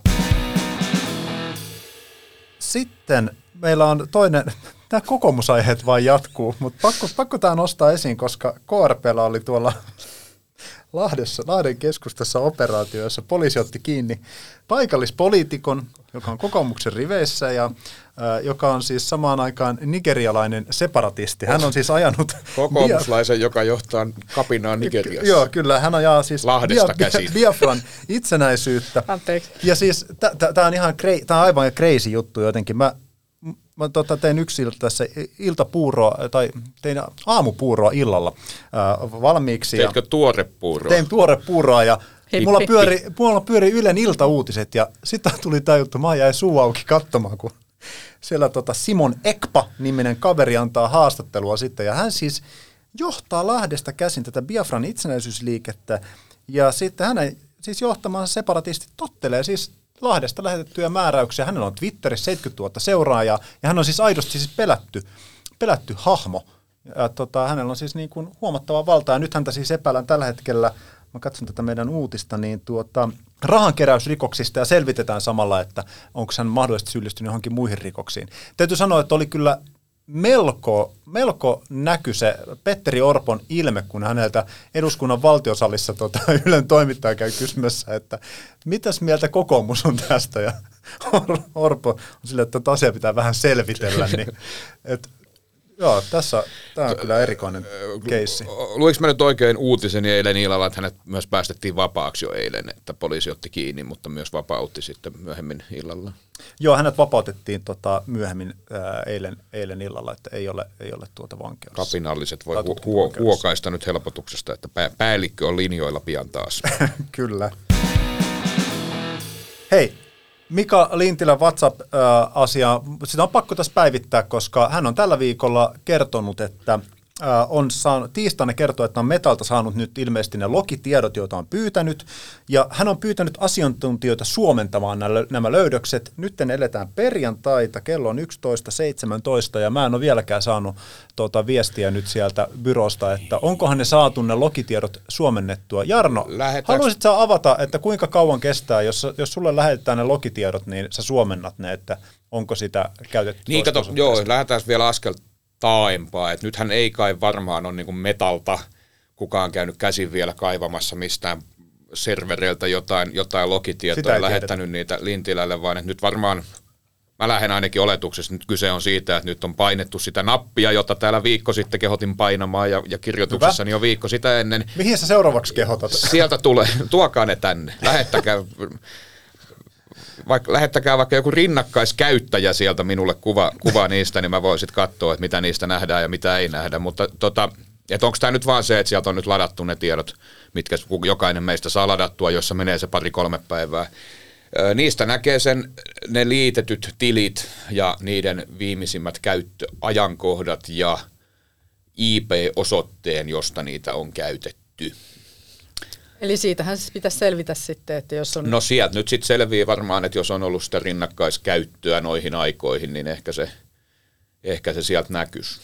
Sitten meillä on toinen, nämä kokoomusaiheet vaan jatkuu, mutta pakko, pakko tämä nostaa esiin, koska K R P:llä oli tuolla Lahdessa, Lahden keskustassa operaatio, jossa poliisi otti kiinni paikallispoliitikon, joka on kokoomuksen riveissä ja äh, joka on siis samaan aikaan nigerialainen separatisti. Hän on siis ajanut Kokoomuslaisen, joka johtaa kapinaa Nigeriassa. Joo, kyllä. Hän ajaa siis Lahdesta Bia- käsin. Biafran itsenäisyyttä. Anteeksi. Ja siis tämä on ihan cra- tää on aivan crazy juttu jotenkin. Mä, mä tota, tein yksi ilta tässä iltapuuroa, tai tein aamupuuroa illalla äh, valmiiksi. Teitkö tuorepuuroa? Tein tuorepuuroa ja Hippi. mulla pyöri, mulla pyöri Ylen iltauutiset ja sitten tuli tämä juttu. Mä jäin suu auki katsomaan, kun siellä tota Simon Ekpa-niminen kaveri antaa haastattelua sitten. Ja hän siis johtaa Lahdesta käsin tätä Biafran itsenäisyysliikettä ja sitten hänen siis johtamansa separatistit tottelee siis Lahdesta lähetettyjä määräyksiä. Hänellä on Twitterissä seitsemänkymmentätuhatta seuraajaa ja hän on siis aidosti siis pelätty, pelätty hahmo. Ja tota, hänellä on siis niin kuin huomattava valta ja nyt häntä siis epäillään tällä hetkellä, mä katson tätä meidän uutista, niin tuota, rahankeräysrikoksista ja selvitetään samalla, että onko hän mahdollisesti syyllistynyt johonkin muihin rikoksiin. Täytyy sanoa, että oli kyllä melko, melko näky se Petteri Orpon ilme, kun häneltä eduskunnan valtiosalissa tota, Ylen toimittaja käy kysymässä, että mitäs mieltä kokoomus on tästä, ja Orpo on silleen, että tätä asiaa pitää vähän selvitellä, niin et, joo, tässä tämä on kyllä erikoinen keissi. Luinko mä nyt oikein uutisen eilen illalla, että hänet myös päästettiin vapaaksi jo eilen, että poliisi otti kiinni, mutta myös vapautti sitten myöhemmin illalla? Joo, hänet vapautettiin tota, myöhemmin ää, eilen, eilen illalla, että ei ole, ei ole tuota vankeudessa. Kapinalliset voi hu- huo- huokaista nyt helpotuksesta, että pää- päällikkö on linjoilla pian taas. Kyllä. Hei, Mika Lintilän WhatsApp-asia, sitä on pakko tässä päivittää, koska hän on tällä viikolla kertonut, että on saanut, tiistaina kertoo, että on Metalta saanut nyt ilmeisesti ne logitiedot, joita on pyytänyt, ja hän on pyytänyt asiantuntijoita suomentamaan nämä, nämä löydökset. Nyt eletään perjantaita, kello on yksitoista seitsemäntoista, ja mä en ole vieläkään saanut tuota viestiä nyt sieltä byrosta, että onkohan ne saatu ne logitiedot suomennettua. Jarno, Lähetääks... haluaisit sä avata, että kuinka kauan kestää, jos, jos sulle lähetetään ne logitiedot, niin sä suomennat ne, että onko sitä käytetty? Niin, kato, joo, lähdetään vielä askel taaempaa, että nythän ei kai varmaan ole niin kuin Metalta kukaan käynyt käsin vielä kaivamassa mistään servereiltä jotain, jotain logitietoa ja lähettänyt niitä Lintilälle, vaan että nyt varmaan, mä lähden ainakin oletuksessa, nyt kyse on siitä, että nyt on painettu sitä nappia, jota täällä viikko sitten kehotin painamaan ja, ja kirjoituksessani jo viikko sitä ennen. Mihin sä seuraavaksi kehotat? Sieltä tulee, tuokaa ne tänne, lähettäkää. Vaikka, lähettäkää vaikka joku rinnakkaiskäyttäjä sieltä minulle kuva, kuva niistä, niin mä voin sitten katsoa, että mitä niistä nähdään ja mitä ei nähdä. Mutta tota, että onko tämä nyt vaan se, että sieltä on nyt ladattu ne tiedot, mitkä jokainen meistä saa ladattua, jossa menee se pari-kolme päivää. Niistä näkee sen, ne liitetyt tilit ja niiden viimeisimmät käyttöajankohdat ja I P-osoitteen, josta niitä on käytetty. Eli siitähän siis pitäisi selvitä sitten, että jos on... No sieltä nyt sitten selvii varmaan, että jos on ollut sitä rinnakkaiskäyttöä noihin aikoihin, niin ehkä se, ehkä se sieltä näkyisi.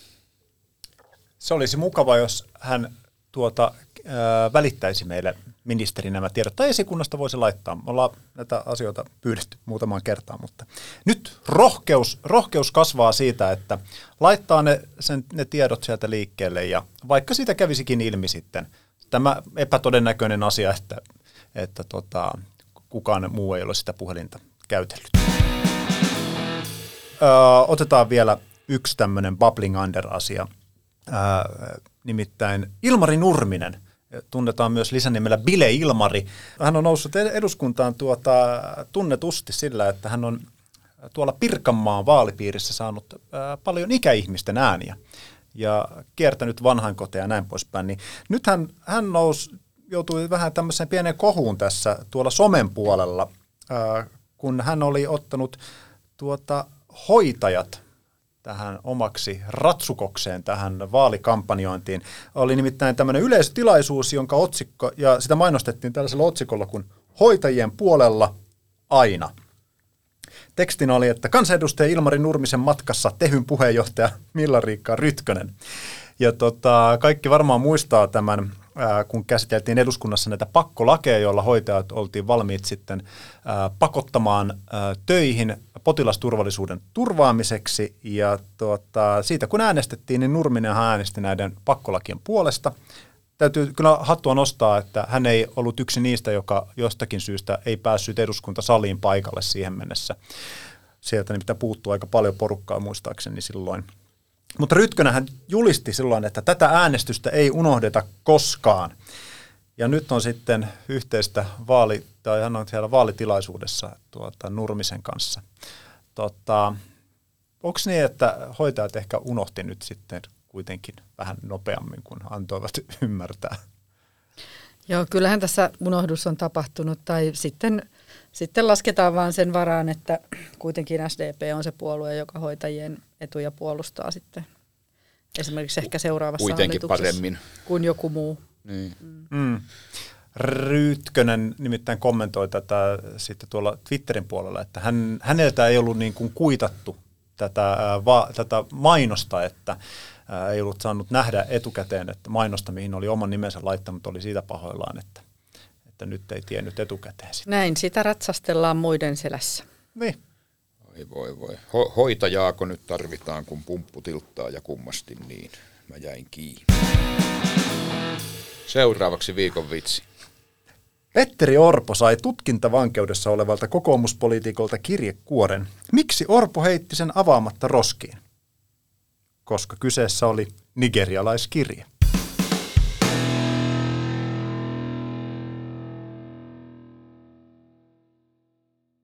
Se olisi mukava, jos hän tuota, äh, välittäisi meille ministeri nämä tiedot, tai esikunnasta voisi laittaa. Me ollaan näitä asioita pyydetty muutamaan kertaan, mutta nyt rohkeus, rohkeus kasvaa siitä, että laittaa ne, sen, ne tiedot sieltä liikkeelle, ja vaikka siitä kävisikin ilmi sitten, tämä epätodennäköinen asia, että, että tota, kukaan muu ei ole sitä puhelinta käytellyt. Öö, otetaan vielä yksi tämmöinen bubbling under-asia, öö, nimittäin Ilmari Nurminen. Tunnetaan myös lisänimellä Bile Ilmari. Hän on noussut eduskuntaan tuota, tunnetusti sillä, että hän on tuolla Pirkanmaan vaalipiirissä saanut öö, paljon ikäihmisten ääniä ja kiertänyt vanhainkoteja ja näin poispäin, niin nyt hän, hän nousi, joutui vähän tämmöiseen pieneen kohuun tässä tuolla somen puolella, ää, kun hän oli ottanut tuota hoitajat tähän omaksi ratsukokseen, tähän vaalikampanjointiin. Oli nimittäin tämmöinen yleisötilaisuus, jonka otsikko, ja sitä mainostettiin tällaisella otsikolla kuin hoitajien puolella aina. Tekstinä oli, että kansanedustaja Ilmari Nurmisen matkassa Tehyn puheenjohtaja Milla-Riikka Rytkönen. Ja tota, kaikki varmaan muistaa tämän, ää, kun käsiteltiin eduskunnassa näitä pakkolakeja, joilla hoitajat oltiin valmiit sitten ää, pakottamaan ää, töihin potilasturvallisuuden turvaamiseksi. Ja tota, siitä kun äänestettiin, niin Nurminen äänesti näiden pakkolakien puolesta. Täytyy kyllä hattua nostaa, että hän ei ollut yksi niistä, joka jostakin syystä ei päässyt eduskuntasaliin paikalle siihen mennessä. Sieltä nimittäin puuttuu aika paljon porukkaa muistaakseni silloin. Mutta Rytkönenhän julisti silloin, että tätä äänestystä ei unohdeta koskaan. Ja nyt on sitten yhteistä vaali, tai hän on siellä vaalitilaisuudessa tuota, Nurmisen kanssa. Tota, onko niin, että hoitajat ehkä unohti nyt sitten kuitenkin vähän nopeammin kuin antoivat ymmärtää? Joo, kyllähän tässä unohdus on tapahtunut, tai sitten, sitten lasketaan vaan sen varaan, että kuitenkin S D P on se puolue, joka hoitajien etuja puolustaa sitten esimerkiksi ehkä seuraavassa kuitenkin hallituksessa paremmin kuin joku muu. Niin. Mm. Rytkönen nimittäin kommentoi tätä sitten tuolla Twitterin puolella, että hän, häneltä ei ollut niin kuin kuitattu tätä, ää, va, tätä mainosta, että ää, ei ollut saanut nähdä etukäteen, että mainosta, mihin oli oman nimensä laittanut, oli siitä pahoillaan, että, että nyt ei tiennyt etukäteen sitä. Näin, sitä ratsastellaan muiden selässä. Niin. Voi voi voi. Ho- hoitajaako nyt tarvitaan, kun pumppu tilttaa ja kummasti niin. Mä jäin kiinni. Seuraavaksi viikon vitsi. Petteri Orpo sai tutkintavankeudessa olevalta kokoomuspoliitikolta kirjekuoren. Miksi Orpo heitti sen avaamatta roskiin? Koska kyseessä oli nigerialaiskirje.